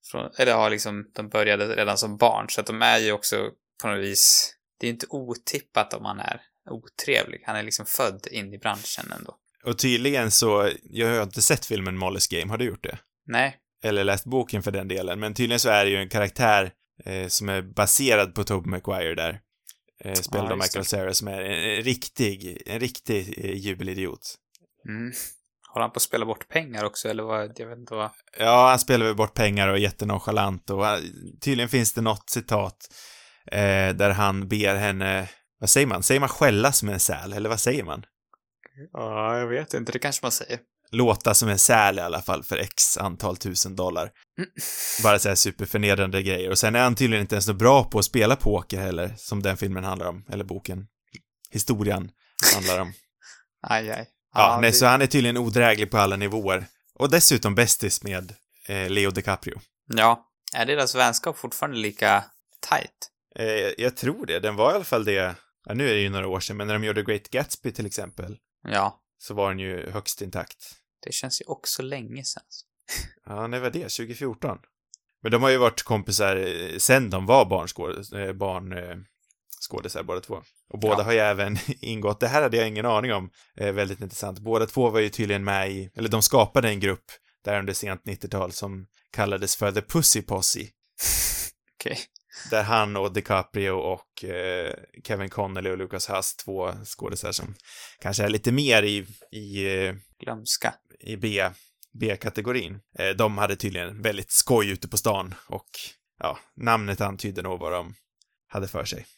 från, eller ja, liksom, de började redan som barn, så att de är ju också på något vis, det är inte otippat om han är otrevlig. Han är liksom född in i branschen ändå. Och tydligen så, jag har inte sett filmen Molly's Game, har du gjort det? Nej. Eller läst boken för den delen, men tydligen så är det ju en karaktär eh, som är baserad på Tobey Maguire där. Eh, spelad ja, av Michael Cera, som är en, en riktig, en riktig eh, jubelidiot. Mm. Har han på att spela bort pengar också, eller vad? Jag vet inte vad. Ja, han spelar väl bort pengar och är jättenonchalant, och han, tydligen finns det något citat eh, där han ber henne, vad säger man? Säger man skälla som en säl, eller vad säger man? Ja, jag vet inte, det kanske man säger. Låta som en säl i alla fall för x antal tusen dollar. Mm. Bara så här superförnedrande grejer. Och sen är han tydligen inte ens så bra på att spela poker heller, som den filmen handlar om, eller boken. Historien handlar om. Aj, aj. Ja, Ja, nej, det... så han är tydligen odräglig på alla nivåer. Och dessutom bästis med eh, Leo DiCaprio. Ja, är deras vänskap fortfarande lika tight? Eh, jag tror det. Den var i alla fall det, ja, nu är det ju några år sedan, men när de gjorde Great Gatsby till exempel, ja, så var den ju högst intakt. Det känns ju också länge sedan. Ja, när var det? tjugo fjorton. Men de har ju varit kompisar sen de var barnskådespelare, barn, eh, skådespelare båda två. Och båda ja. har ju även ingått, det här hade jag ingen aning om, eh, väldigt intressant. Båda två var ju tydligen med i, eller de skapade en grupp där under sent nittiotal som kallades för The Pussy Posse. Okej. Okay. Där han och DiCaprio och eh, Kevin Connolly och Lucas Haas, två skådespelare som kanske är lite mer i, i eh, glömska. I B, B-kategorin. Eh, de hade tydligen väldigt skoj ute på stan, och ja, namnet antyder nog vad de hade för sig.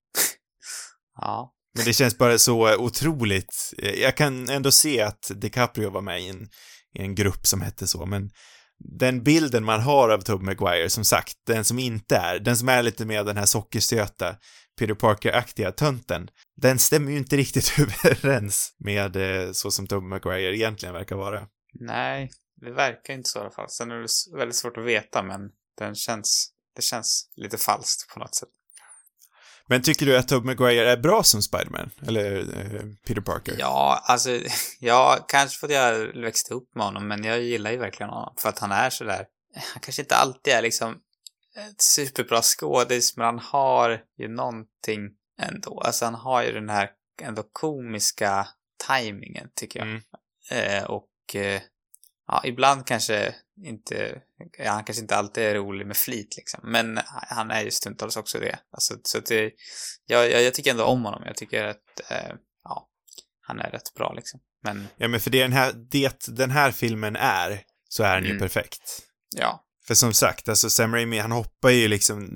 Ja. Men det känns bara så otroligt. Jag kan ändå se att DiCaprio var med i en, i en grupp som hette så, men den bilden man har av Tobey Maguire, som sagt, den som inte är, den som är lite mer den här sockersöta Peter Parker-aktiga tönten, den stämmer ju inte riktigt överens med så som Tobey Maguire egentligen verkar vara. Nej, det verkar inte så i alla fall. Sen är det väldigt svårt att veta, men den känns, det känns lite falskt på något sätt. Men tycker du att Tobey Maguire är bra som Spider-Man? Eller eh, Peter Parker? Ja, alltså, ja, kanske för att jag växte upp med honom, men jag gillar ju verkligen honom. För att han är så där, han kanske inte alltid är liksom ett superbra skådis, men han har ju någonting ändå. Alltså han har ju den här ändå komiska tajmingen, tycker jag. Mm. Eh, och eh, ja, ibland kanske inte, ja, han kanske inte alltid är rolig med flit liksom, men han är ju stundtals också det. Alltså, så att det, jag, jag, jag tycker ändå om honom. Jag tycker att eh, ja, han är rätt bra liksom. Men ja, men för det den här det den här filmen är, så är den mm. ju perfekt. Ja. För som sagt, alltså Sam Raimi, han hoppar ju liksom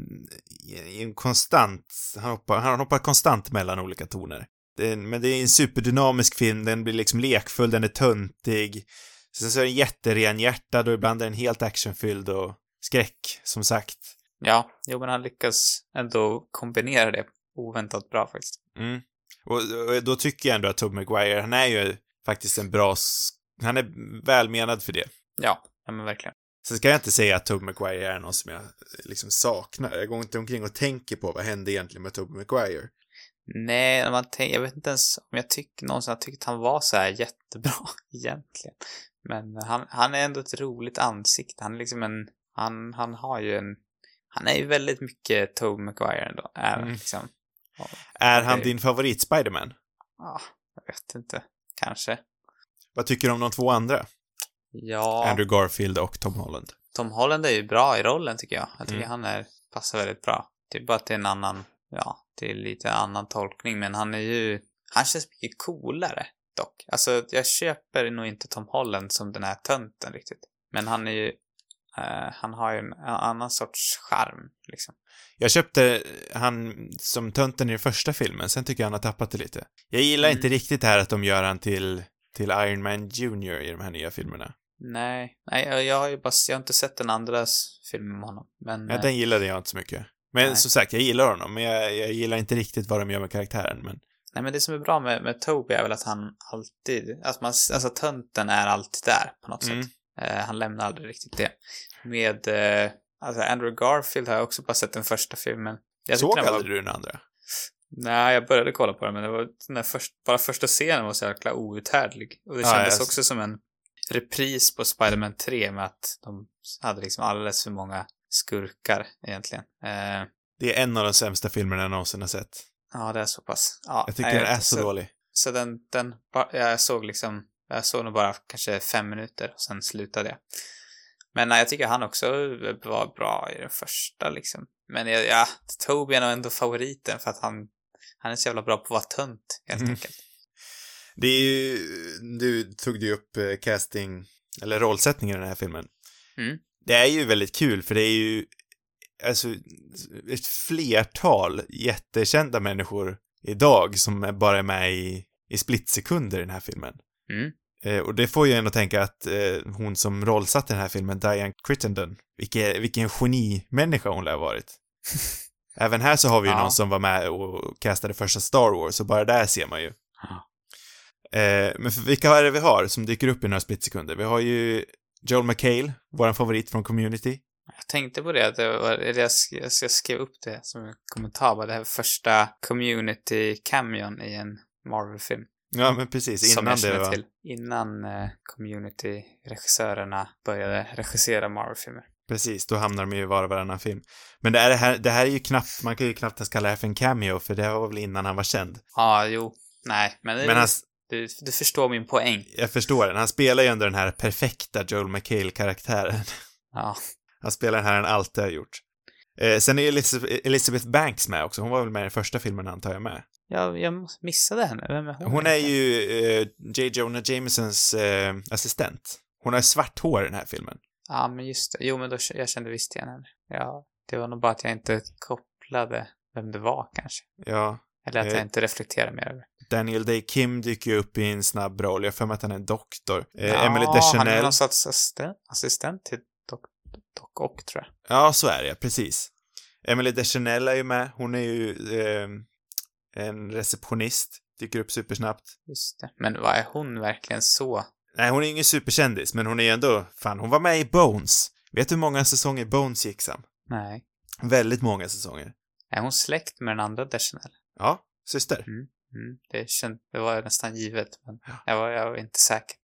i en konstant, han hoppar, han hoppar konstant mellan olika toner. Det, men det är en superdynamisk film, den blir liksom lekfull, den är töntig. Sen så är den jätterenhjärtad, och ibland är den helt actionfylld och skräck, som sagt. Ja, jo, men han lyckas ändå kombinera det oväntat bra faktiskt. Mm. Och, och då tycker jag ändå att Tobey Maguire, han är ju faktiskt en bra, han är välmenad för det. Ja, ja men verkligen. Sen ska jag inte säga att Tobey Maguire är någon som jag liksom saknar. Jag går inte omkring och tänker på vad hände egentligen med Tobey Maguire. Nej, man tänker, jag vet inte ens om jag tycker någonsin har tyckt han var så här jättebra egentligen. Men han, han är ändå ett roligt ansikte. Han är liksom en, han, han har ju en, han är ju väldigt mycket Tobey Maguire ändå. Är, mm. liksom, och, är han är, din favorit Spider-Man? Ja, jag vet inte. Kanske. Vad tycker du om de två andra? Ja. Andrew Garfield och Tom Holland. Tom Holland är ju bra i rollen tycker jag. Jag tycker mm. han är, passar väldigt bra. Det är bara att det är en annan, ja, det är lite annan tolkning. Men han är ju, han känns mycket coolare dock. Alltså jag köper nog inte Tom Holland som den här tönten riktigt. Men han är ju, uh, han har ju en annan sorts charm liksom. Jag köpte han som tönten i den första filmen. Sen tycker jag han har tappat det lite. Jag gillar mm. inte riktigt det här att de gör han till, till Iron Man Junior i de här nya filmerna. Nej, nej jag har ju bara, jag har inte sett den andra filmen med honom. Men, ja, den gillade jag inte så mycket. Men nej. Som sagt, jag gillar honom. Men jag, jag gillar inte riktigt vad de gör med karaktären. Men... Nej, men det som är bra med, med Tobey är väl att han alltid, alltså, man, alltså tönten är alltid där på något mm. sätt. Uh, han lämnar aldrig riktigt det. Med uh, alltså Andrew Garfield har jag också bara sett den första filmen. Jag såg aldrig var... du den andra? Nej, jag började kolla på den, men det var den där först, bara första scenen var så jäkla outhärdlig. Och det kändes ah, också som en repris på Spider-Man tre med att de hade liksom alldeles för många skurkar egentligen. Eh, det är en av de sämsta filmerna jag någonsin har sett. ja, det är så pass. Ja, jag tycker nej, den är så, så dålig. Så den, den, jag såg liksom, jag såg nog bara kanske fem minuter och sen slutade jag. Men nej, jag tycker han också var bra i den första liksom. Men jag, ja, Toby är nog ändå favoriten för att han, han är så jävla bra på att vara tönt, helt mm. enkelt. Det är ju, du tog ju upp casting, eller rollsättningen i den här filmen. Mm. Det är ju väldigt kul, för det är ju alltså ett flertal jättekända människor idag som bara är med i, i splitsekunder i den här filmen. Mm. Eh, och det får ju ändå tänka att eh, hon som rollsatt i den här filmen, Diane Crittenden, vilken, vilken genimänniska hon lär ha varit. Även här så har vi ju ja. någon som var med och castade första Star Wars, och bara där ser man ju. Ja. Eh, men för vilka är det vi har som dyker upp i några splitsekunder? Vi har ju Joel McHale, vår favorit från Community. Jag tänkte på det, att det var, jag, ska, jag ska skriva upp det som en kommentar, var det här första Community-cameon i en Marvel-film. Ja, men precis, innan det var... till. Innan eh, Community-regissörerna började regissera Marvel-filmer. Precis, då hamnar de ju var och varannan film. Men det, är det, här, det här är ju knappt, man kan ju knappt ens kalla det här för en cameo, för det var väl innan han var känd. Ja, ah, jo, nej, men, det, men han, du, du förstår min poäng. Jag förstår den, han spelar ju ändå den här perfekta Joel McHale-karaktären. Ja. Han spelar den här han alltid har gjort. Eh, sen är Elizabeth, Elizabeth Banks med också, hon var väl med i den första filmen antar jag med. Ja, jag missade henne. Vem är hon? Hon är ju eh, J. Jonah Jamesons eh, assistent. Hon har svart hår i den här filmen. Ja, men just det. Jo, men då, jag kände visst igen henne. Ja, det var nog bara att jag inte kopplade vem det var kanske. Ja. Eller att eh, jag inte reflekterade mer över. Daniel Day-Kim dyker ju upp i en snabb roll. Jag får med att han är en doktor. Eh, ja, Emily Deschanel. han är någon sorts assistent, assistent till Doc, Doc Ock, tror jag. Ja, så är det, precis. Emily Deschanel är ju med. Hon är ju eh, en receptionist. Dyker upp supersnabbt. Just det. Men vad är hon verkligen så? Nej, hon är ingen superkändis, men hon är ju ändå... Fan, hon var med i Bones. Vet du hur många säsonger Bones gick, Sam? Nej. Väldigt många säsonger. Är hon släkt med den andra Deschanel? Ja, syster. Mm. Mm. Det, känd, det var nästan givet, men jag var, jag var inte säker.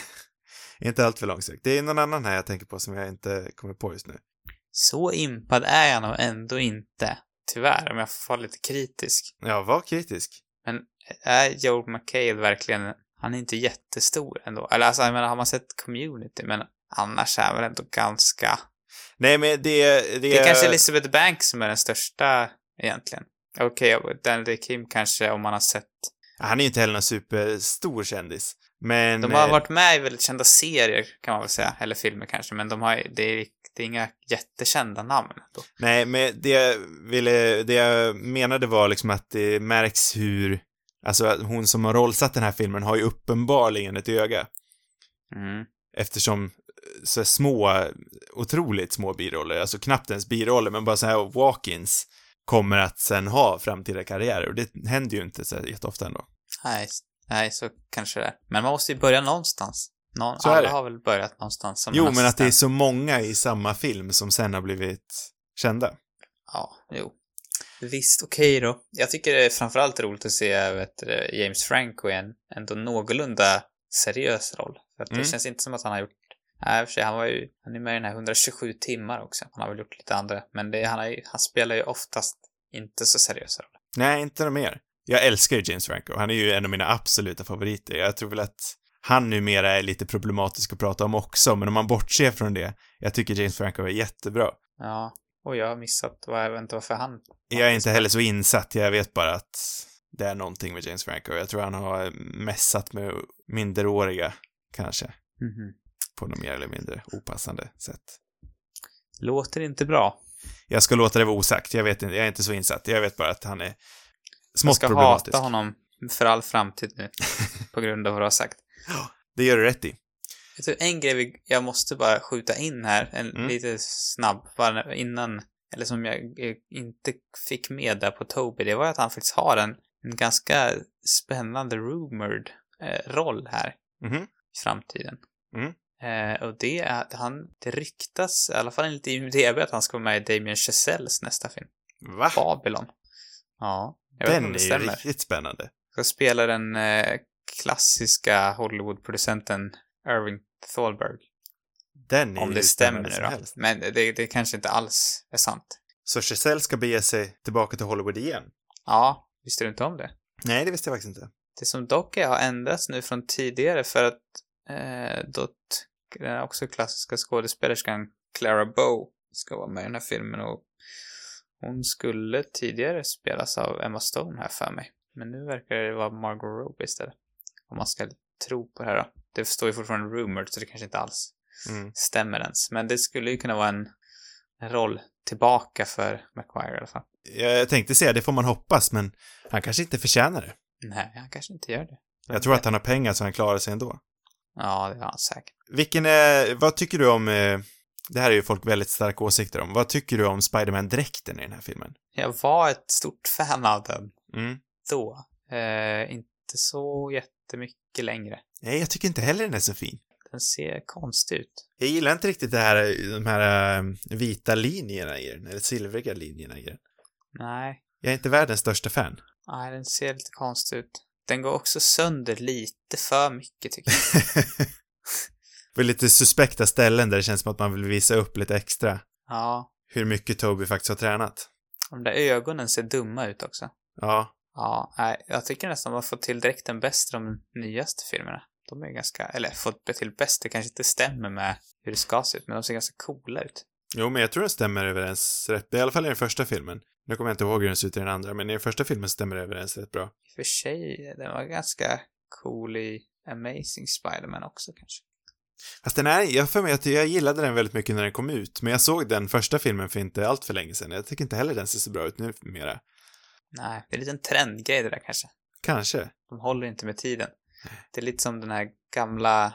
Inte allt för långsökt. Det är någon annan här jag tänker på som jag inte kommer på just nu. Så impad är jag nog ändå inte. Tyvärr, om jag får vara lite kritisk. Ja, var kritisk. Men är Joel McHale verkligen... Han är inte jättestor ändå. Eller alltså, jag menar, har man sett Community? Men annars är han väl ändå ganska... Nej, men det... Det, det är kanske Elizabeth Banks som är den största egentligen. Okej, okay, Daniel Kim kanske, om man har sett... Han är ju inte heller någon superstor kändis. Men... De har varit med i väldigt kända serier, kan man väl säga. Eller filmer kanske. Men de har, det, är, det är inga jättekända namn då. Nej, men det jag, ville, det jag menade var liksom att det märks hur... Alltså, hon som har rollsatt den här filmen har ju uppenbarligen ett öga. Mm. Eftersom så små, otroligt små biroller, alltså knappt ens biroller, men bara så här walk-ins kommer att sen ha framtida karriärer. Och det händer ju inte så jätteofta ändå. Nej, nej, så kanske det är. Men man måste ju börja någonstans. Någon, så är alla det. har väl börjat någonstans som Jo, men assistent. att det är så många i samma film som sen har blivit kända. Ja, jo. Visst, okej okay då. Jag tycker det är framförallt roligt att se vet, James Franco i en ändå någorlunda seriös roll. För att mm. det känns inte som att han har gjort... Nej, för sig, han var ju... Han är med i den här hundratjugosju timmar också. Han har väl gjort lite andra. Men det, han, har ju, han spelar ju oftast inte så seriösa roller. Nej, inte något mer. Jag älskar ju James Franco. Han är ju en av mina absoluta favoriter. Jag tror väl att han numera är lite problematisk att prata om också. Men om man bortser från det, jag tycker James Franco är jättebra. Ja, och jag har missat. Jag vet inte varför han... Jag är inte heller så insatt. Jag vet bara att det är någonting med James Franco. Jag tror han har mässat med minderåriga, kanske. Mm-hmm. På något mer eller mindre opassande sätt. Låter inte bra. Jag ska låta det vara osagt. Jag vet inte, jag är inte så insatt. Jag vet bara att han är smått problematisk. Jag ska hata honom för all framtid nu. På grund av vad du har sagt. Ja, det gör du rätt i. En grej jag måste bara skjuta in här, en mm. lite snabb, bara innan, eller som jag inte fick med där på Toby, det var att han faktiskt har en, en ganska spännande rumored eh, roll här mm. i framtiden. Mm. Eh, och det är att han, det ryktas, i alla fall enligt I M D B, att han ska vara med i Damien Chazelles nästa film. Va? Babylon. Ja. Jag den vet är ju riktigt spännande. Ska spela den eh, klassiska Hollywood-producenten Irving Thalberg. Den är Om ju det stämmer nu som då. helst. Men det, det kanske inte alls är sant. Så Giselle ska bege sig tillbaka till Hollywood igen? Ja, visste du inte om det? Nej, det visste jag faktiskt inte. Det som dock är har ändrats nu från tidigare för att eh, då den också klassiska skådespelerskan Clara Bow ska vara med i den här filmen och hon skulle tidigare spelas av Emma Stone här för mig. Men nu verkar det vara Margot Robbie istället. Om man ska tro på det här då. Det står ju fortfarande rumored så det kanske inte alls Mm. stämmer ens. Men det skulle ju kunna vara en, en roll tillbaka för McGuire i alla fall. Jag tänkte säga, det får man hoppas, men han kanske inte förtjänar det. Nej, han kanske inte gör det. Jag tror att han har pengar så han klarar sig ändå. Ja, det har han säkert. Vilken är, vad tycker du om, eh, det här är ju folk väldigt starka åsikter om. Vad tycker du om Spider-Man-dräkten i den här filmen? Jag var ett stort fan av den Mm. då. Eh, inte så jättemycket längre. Nej, jag tycker inte heller den är så fin. Den ser konstig ut. Jag gillar inte riktigt det här, de här äh, vita linjerna i den, eller silvriga linjerna i den. Nej. Jag är inte världens största fan. Nej, den ser lite konstig ut. Den går också sönder lite för mycket tycker jag. På lite suspekta ställen där det känns som att man vill visa upp lite extra. Ja. Hur mycket Toby faktiskt har tränat. De där ögonen ser dumma ut också. Ja. Ja, nej, jag tycker nästan man får till direkt den bästa de nyaste filmerna. De är ganska, eller fått till bäst, det kanske inte stämmer med hur det ska se ut, men de ser ganska coola ut. Jo, men jag tror den stämmer överens rätt, i alla fall i den första filmen. Nu kommer jag inte ihåg hur den ser ut i den andra, men i den första filmen stämmer det överens rätt bra. I och för sig, den var ganska cool i Amazing Spider-Man också kanske. Fast den är, jag för mig att jag gillade den väldigt mycket när den kom ut, men jag såg den första filmen för inte allt för länge sedan. Jag tycker inte heller den ser så bra ut nu mera. Nej, det är en liten trendgrej det där kanske. Kanske. De håller inte med tiden. Det är lite som den här gamla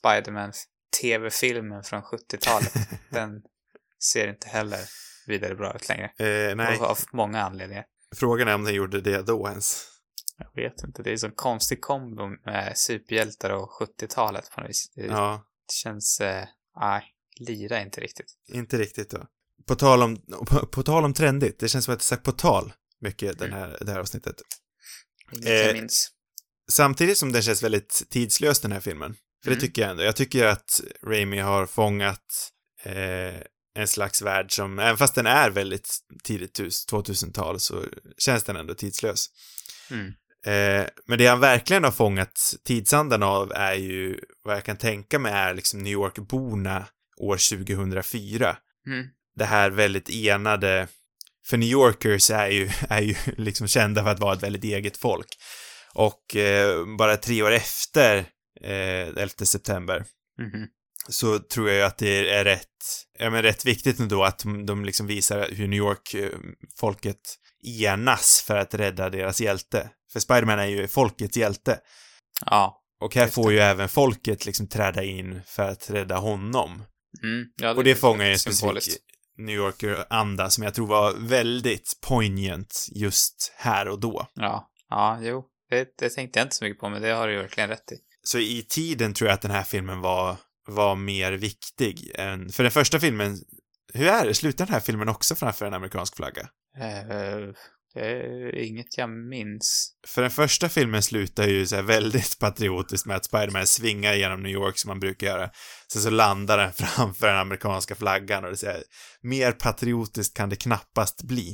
Spider-Man-tv-filmen från sjuttiotalet. Den ser inte heller vidare bra ut längre. Eh, nej. Av många anledningar. Frågan är om den gjorde det då ens. Jag vet inte, det är så konstig kombo med superhjältar och sjuttiotalet på något vis. Det, Ja. det känns, eh, nej, lira inte riktigt. Inte riktigt då. På tal om, på, på tal om trendigt, det känns som att det är sagt på tal mycket den här, det här avsnittet. Inget jag Eh, minns. Samtidigt som den känns väldigt tidslös den här filmen. För Mm. det tycker jag ändå. Jag tycker att Raimi har fångat eh, en slags värld som, även fast den är väldigt tidigt tvåtusental så känns den ändå tidslös. Mm. Eh, men det han verkligen har fångat tidsandan av är ju, vad jag kan tänka mig är liksom New York-borna år tjugohundrafyra. Mm. Det här väldigt enade, för New Yorkers är ju, är ju liksom kända för att vara ett väldigt eget folk. Och eh, bara tre år efter eh, elfte september Mm-hmm. så tror jag ju att det är rätt, ja, men rätt viktigt ändå att de, de liksom visar hur New York-folket enas för att rädda deras hjälte. För Spider-Man är ju folkets hjälte. Ja. Och här Just får det. ju även folket liksom träda in för att rädda honom. Mm. Ja, Och det är fångar ju en symboliskt. specifik New Yorker-anda som jag tror var väldigt poignant just här och då. Ja, ja, jo. Det, det tänkte jag inte så mycket på, men det har du ju verkligen rätt i. Så i tiden tror jag att den här filmen var, var mer viktig än... För den första filmen, hur är det? Slutar den här filmen också framför en amerikansk flagga? Uh, det är inget jag minns. För den första filmen slutar ju så här väldigt patriotiskt med att Spider-Man svingar genom New York som man brukar göra. Sen så landar den framför den amerikanska flaggan och det säger mer patriotiskt kan det knappast bli.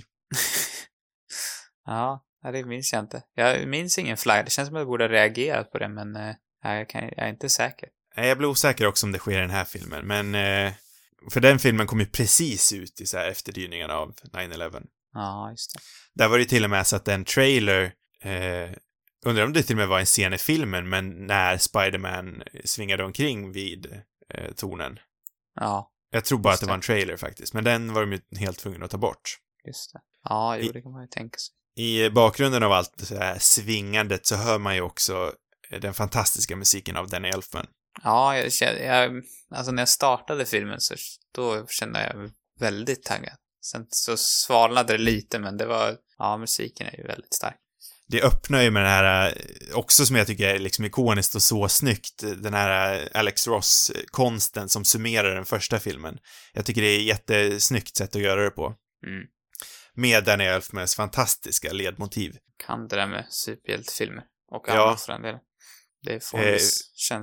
Ja, det minns jag inte. Jag minns ingen flagga. Det känns som att jag borde ha reagerat på det, men uh, jag, kan, jag är inte säker. Nej, jag blir osäker också om det sker i den här filmen, men eh, för den filmen kom ju precis ut i så här efterdyningarna av nine eleven. Ja, just det. Där var det till och med så att en trailer, eh, undrar om det till och med var en scen i filmen, men när Spider-Man svingade omkring vid eh, tornen. Ja, Jag tror bara Just att det det. var en trailer faktiskt, men den var de ju helt tvungna att ta bort. just det. Ja, jo, I- det kan man ju tänka sig. I bakgrunden av allt det här svingandet så hör man ju också eh, den fantastiska musiken av Danny Elfman. Ja, jag, kände- jag, alltså när jag startade filmen så då kände jag mig väldigt taggad. Sen så svalnade det lite, men det var, ja, musiken är ju väldigt stark. Det öppnar ju med den här, eh, också som jag tycker är liksom ikoniskt och så snyggt, den här eh, Alex Ross-konsten som summerar den första filmen. Jag tycker det är ett jättesnyggt sätt att göra det på. Mm. Med Danny Elfmans fantastiska ledmotiv. Kan det där med superhjältefilmer och Ja. annat för den delen. Det är Fondys Eh, känsla.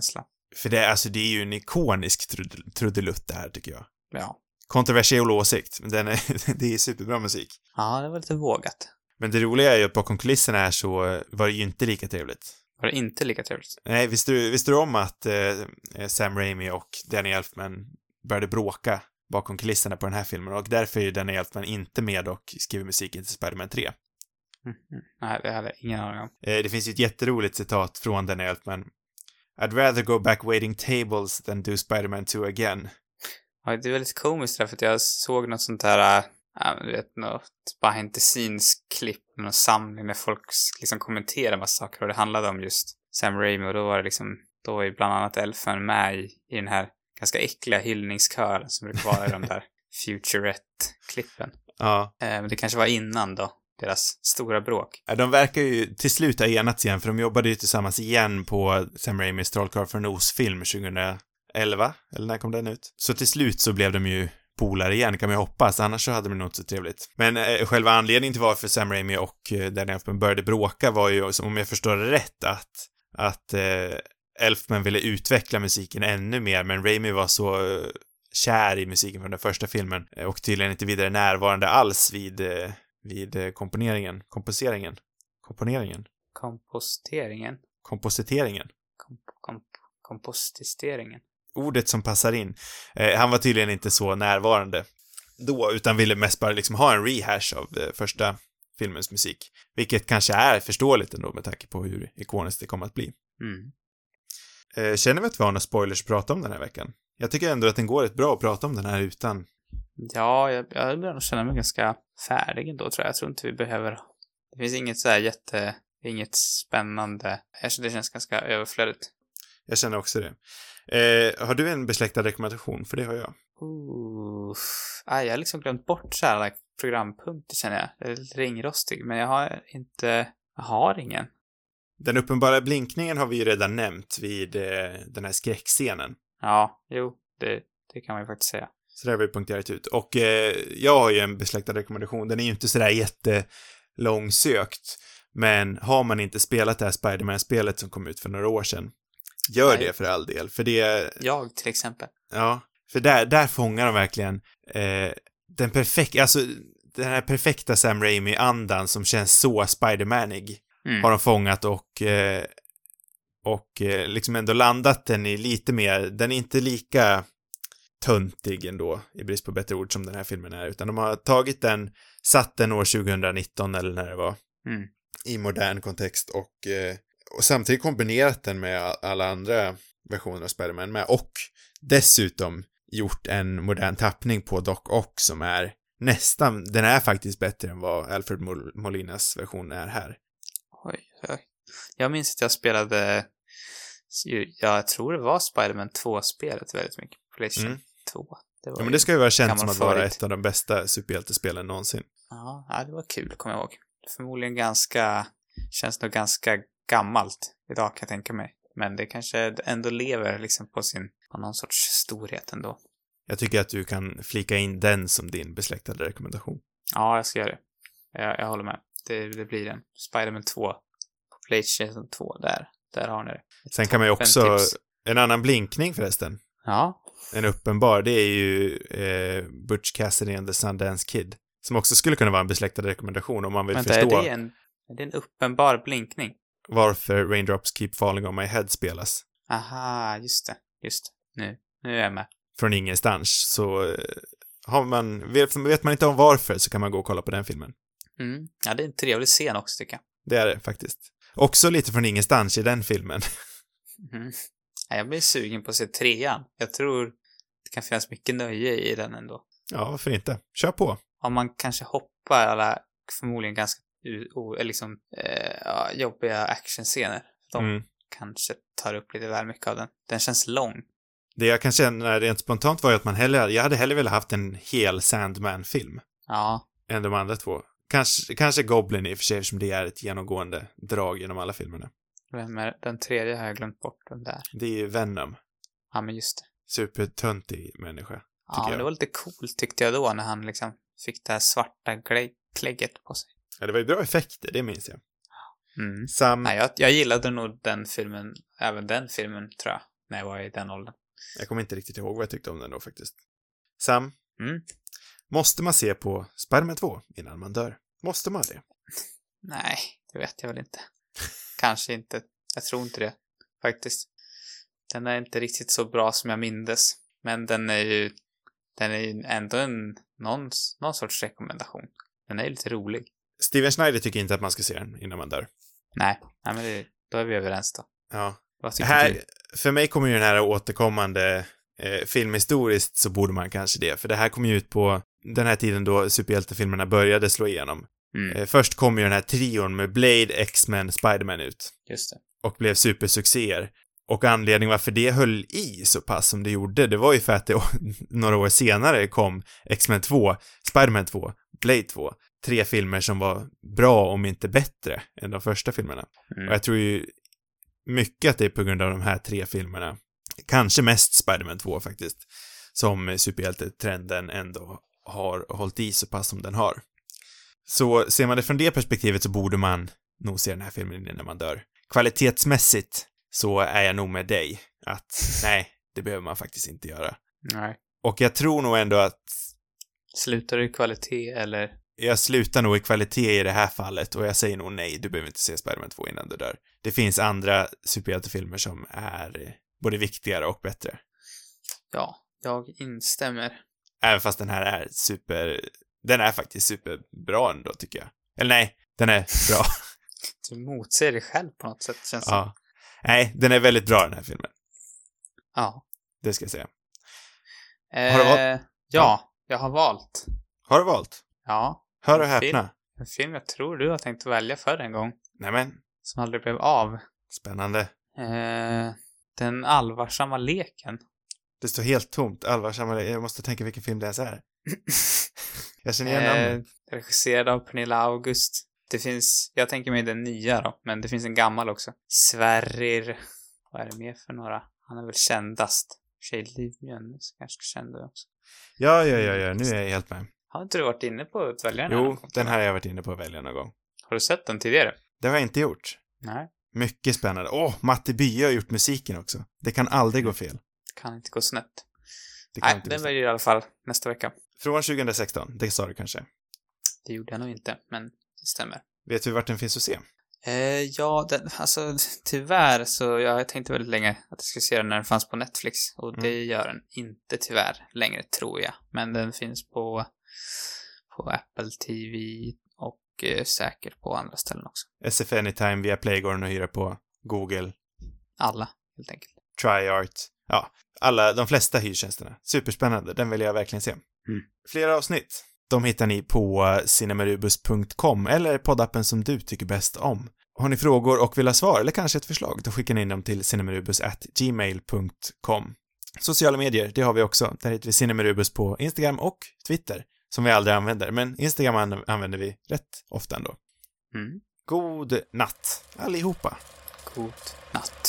För det, alltså, det är ju en ikonisk trud- trudelutt det här, tycker jag. Ja. Kontroversiell åsikt, men den är, det är superbra musik. Ja, det var lite vågat. Men det roliga är ju att bakom kulisserna här så var det ju inte lika trevligt. Var det inte lika trevligt? Nej, visste du, visste du om att eh, Sam Raimi och Danny Elfman började bråka bakom kulisserna på den här filmen, och därför är ju Danny Elfman inte med och skriver musiken till Spider-Man tre. Mm-hmm. Nej, det hade jag ingen aning om. Eh, det finns ju ett jätteroligt citat från Danny Elfman. I'd rather go back waiting tables than do Spider-Man two again. Ja, det är väldigt komiskt där, för att jag såg något sånt här, äh, du vet, något behind the scenes-klipp, någon samling där folk liksom kommenterar massa saker, och det handlade om just Sam Raimi, och då var det liksom, då är bland annat Elfman med i, i den här ganska äckliga hyllningskören som brukar vara i de där Futurette-klippen. Ja. Eh, men det kanske var innan då, deras stora bråk. Ja, de verkar ju till slut ha enats igen, för de jobbade ju tillsammans igen på Sam Raimis Trollkarl från Oz-film tjugoelva, eller när kom den ut? Så till slut så blev de ju polare igen, kan man ju hoppas, annars så hade de något så trevligt. Men eh, själva anledningen till varför Sam Raimi och eh, Danny Elfman började bråka var ju, om jag förstår det rätt, att, att eh, Elfman ville utveckla musiken ännu mer, men Raimi var så eh, kär i musiken från den första filmen eh, och tydligen inte vidare närvarande alls vid, eh, vid eh, komponeringen, komposeringen, komponeringen, Komposteringen. kompositeringen. Komp- komp- kompostisteringen. Ordet som passar in. Eh, han var tydligen inte så närvarande då, utan ville mest bara liksom ha en rehash av eh, första filmens musik. Vilket kanske är förståeligt ändå med tanke på hur ikoniskt det kommer att bli. Mm. Eh, känner vi att vi har några spoilers att prata om den här veckan? Jag tycker ändå att den går rätt bra att prata om den här utan. Ja, jag, jag börjar nog känna mig ganska färdig ändå, tror jag. Jag tror inte vi behöver. Det finns inget så här jätte, inget spännande. Det känns ganska överflödigt. Jag känner också det. Eh, har du en besläktad rekommendation? För det har jag. Uh, aj, jag har liksom glömt bort så här like, programpunkter, känner jag. Jag är lite ringrostig, men jag har inte, jag har ingen. Den uppenbara blinkningen har vi ju redan nämnt vid eh, den här skräckscenen. Ja, jo, det, det kan man ju faktiskt säga. Så där har vi punkterat ut. Och eh, jag har ju en besläktad rekommendation. Den är ju inte sådär jättelångsökt. Men har man inte spelat det här Spider-Man-spelet som kom ut för några år sedan, gör Nej. det för all del. För det... Jag till exempel. Ja, för där, där fångar de verkligen eh, den perfekta, alltså den här perfekta Sam Raimi-andan som känns så Spider-Manig. Mm. Har de fångat och eh, och eh, liksom ändå landat den i lite mer, den är inte lika töntig ändå, i brist på bättre ord, som den här filmen är, utan de har tagit den, satt den år tjugonitton eller när det var, mm. i modern kontext och, eh, och samtidigt kombinerat den med alla andra versioner av Spider-Man med, och dessutom gjort en modern tappning på Doc Ock som är nästan, den är faktiskt bättre än vad Alfred Mol- Molinas version är här. Oj, oj. Jag minns att jag spelade, jag tror det var Spider-Man två-spelet väldigt mycket. PlayStation mm. två. Det var ja, men det ska ju vara känt som att vara favorit. ett av de bästa superhjältespelen någonsin. Ja, det var kul, kommer jag ihåg. Förmodligen ganska, känns nog ganska gammalt idag, kan jag tänka mig. Men det kanske ändå lever liksom på sin, på någon sorts storhet ändå. Jag tycker att du kan flika in den som din besläktade rekommendation. Ja, jag ska göra det. Jag, jag håller med. Det, det blir den. Spider-Man två på PlayStation två, där, där har ni det. Sen kan man ju också, en annan blinkning förresten. Ja. En uppenbar, det är ju eh, Butch Cassidy and the Sundance Kid. Som också skulle kunna vara en besläktad rekommendation om man vill Vänta, förstå. Är det, en, är det en uppenbar blinkning? Varför Raindrops Keep Falling on My Head spelas. Aha, just det. Just det. Nu, nu är jag med. Från ingenstans. Så har man, vet, vet man inte om varför, så kan man gå och kolla på den filmen. Mm. Ja, det är en trevlig scen också, tycker jag. Det är det faktiskt. Också lite från ingenstans i den filmen. Mm. Ja, jag blir sugen på att se trean. Jag tror det kan finnas mycket nöje i den ändå. Ja, varför inte? Kör på. Om man kanske hoppar alla förmodligen ganska o, liksom, eh, jobbiga actionscener. De mm. kanske tar upp lite väl mycket av den. Den känns lång. Det jag kan känna rent spontant var ju att man hellre, jag hade hellre velat haft en hel Sandman-film. Ja. Än de andra två. Kanske, kanske Goblin i och för sig, som det är ett genomgående drag genom alla filmerna. Vem är den tredje? Har jag glömt bort den där. Det är ju Venom. Ja, men just det. Supertöntig människa. Ja, men det var lite coolt tyckte jag då när han liksom fick det här svarta glä- klägget på sig. Ja, det var ju bra effekter, det minns jag. Mm. Sam... Nej, jag, jag gillade nog den filmen, även den filmen tror jag, när jag var i den åldern. Jag kommer inte riktigt ihåg vad jag tyckte om den då faktiskt. Sam, Mm. måste man se på Spider-Man två innan man dör? Måste man det? Nej, det vet jag väl inte. Kanske inte. Jag tror inte det, faktiskt. Den är inte riktigt så bra som jag mindes. Men den är ju den är ju ändå en någon, någon sorts rekommendation. Den är ju lite rolig. Steven Snyder tycker inte att man ska se den innan man dör. Nej, nej men det, då är vi överens då. Ja. Vad tycker Här, du? för mig kommer ju den här återkommande eh, filmhistoriskt så borde man kanske det. För det här kom ju ut på den här tiden då superhjältefilmerna började slå igenom. Mm, Eh, först kom ju den här trion med Blade, X-Men, Spider-Man ut. just det. Och blev supersuccéer. Och anledningen varför det höll i så pass som det gjorde, det var ju för att det några år senare kom X-Men två, Spider-Man två, Blade två. Tre filmer som var bra, om inte bättre, än de första filmerna. Mm. Och jag tror ju mycket att det är på grund av de här tre filmerna, kanske mest Spider-Man två faktiskt, som superhjältetrenden ändå har hållit i så pass som den har. Så ser man det från det perspektivet så borde man nog se den här filmen innan man dör. Kvalitetsmässigt så är jag nog med dig att nej, det behöver man faktiskt inte göra. Nej. Och jag tror nog ändå att Slutar du i kvalitet eller? jag slutar nog i kvalitet i det här fallet och jag säger nog nej, du behöver inte se Spider-Man två innan du dör. Det finns andra superhjältefilmer som är både viktigare och bättre. Ja, jag instämmer. Även fast den här är super... Den är faktiskt superbra ändå, tycker jag. Eller nej, den är bra. Du motsäger dig själv på något sätt, känns det. Ja. Nej, den är väldigt bra, den här filmen. Ja. Det ska jag säga. Eh, Har du valt? Ja, jag har valt. Har du valt? Ja. Hör och En film. häpna. En film jag tror du har tänkt välja för en gång. Nämen, Som aldrig blev av. spännande. Eh, den allvarsamma leken. Det står helt tomt. Allvarsamma, jag måste tänka vilken film det ens är. Jag känner igen namnet. Eh, regisserad av Pernilla August. Det finns, jag tänker mig den nya då, men det finns en gammal också. Sverrir. Vad är det mer för några? Han är väl kändast. Tjej Liv Mjönnes kanske kände också. Ja, ja, ja, ja, nu är jag helt med. Har inte du varit inne på att välja den? Jo, den här har jag varit inne på att välja någon gång. Har du sett den tidigare? Det har jag inte gjort. Nej. Mycket spännande. Åh, oh, Matti Bye har gjort musiken också. Det kan aldrig gå fel. Kan inte gå snett. Det kan Nej, inte den gå snett. väljer jag i alla fall nästa vecka. Från tjugohundrasexton, det sa du kanske. Det gjorde jag nog inte, men det stämmer. Vet vi vart den finns att se? Eh, ja, den, alltså tyvärr så jag tänkte väldigt länge att jag skulle se den när den fanns på Netflix. Och Mm. det gör den inte tyvärr längre, tror jag. Men den finns på, på Apple T V och eh, säkert på andra ställen också. S F Anytime via Playgorn och hyra på Google, Alla, helt enkelt. TryArt. Ja, alla, de flesta hyrtjänsterna. Superspännande, den vill jag verkligen se. Mm. Flera avsnitt, de hittar ni på cinemarubus punkt com eller poddappen som du tycker bäst om. Har ni frågor och vill ha svar eller kanske ett förslag, då skickar ni in dem till cinemarubus at gmail punkt com. Sociala medier, det har vi också. Där heter vi Cinemarubus på Instagram och Twitter, som vi aldrig använder. Men Instagram an- använder vi rätt ofta ändå. Mm. God natt, allihopa. God natt.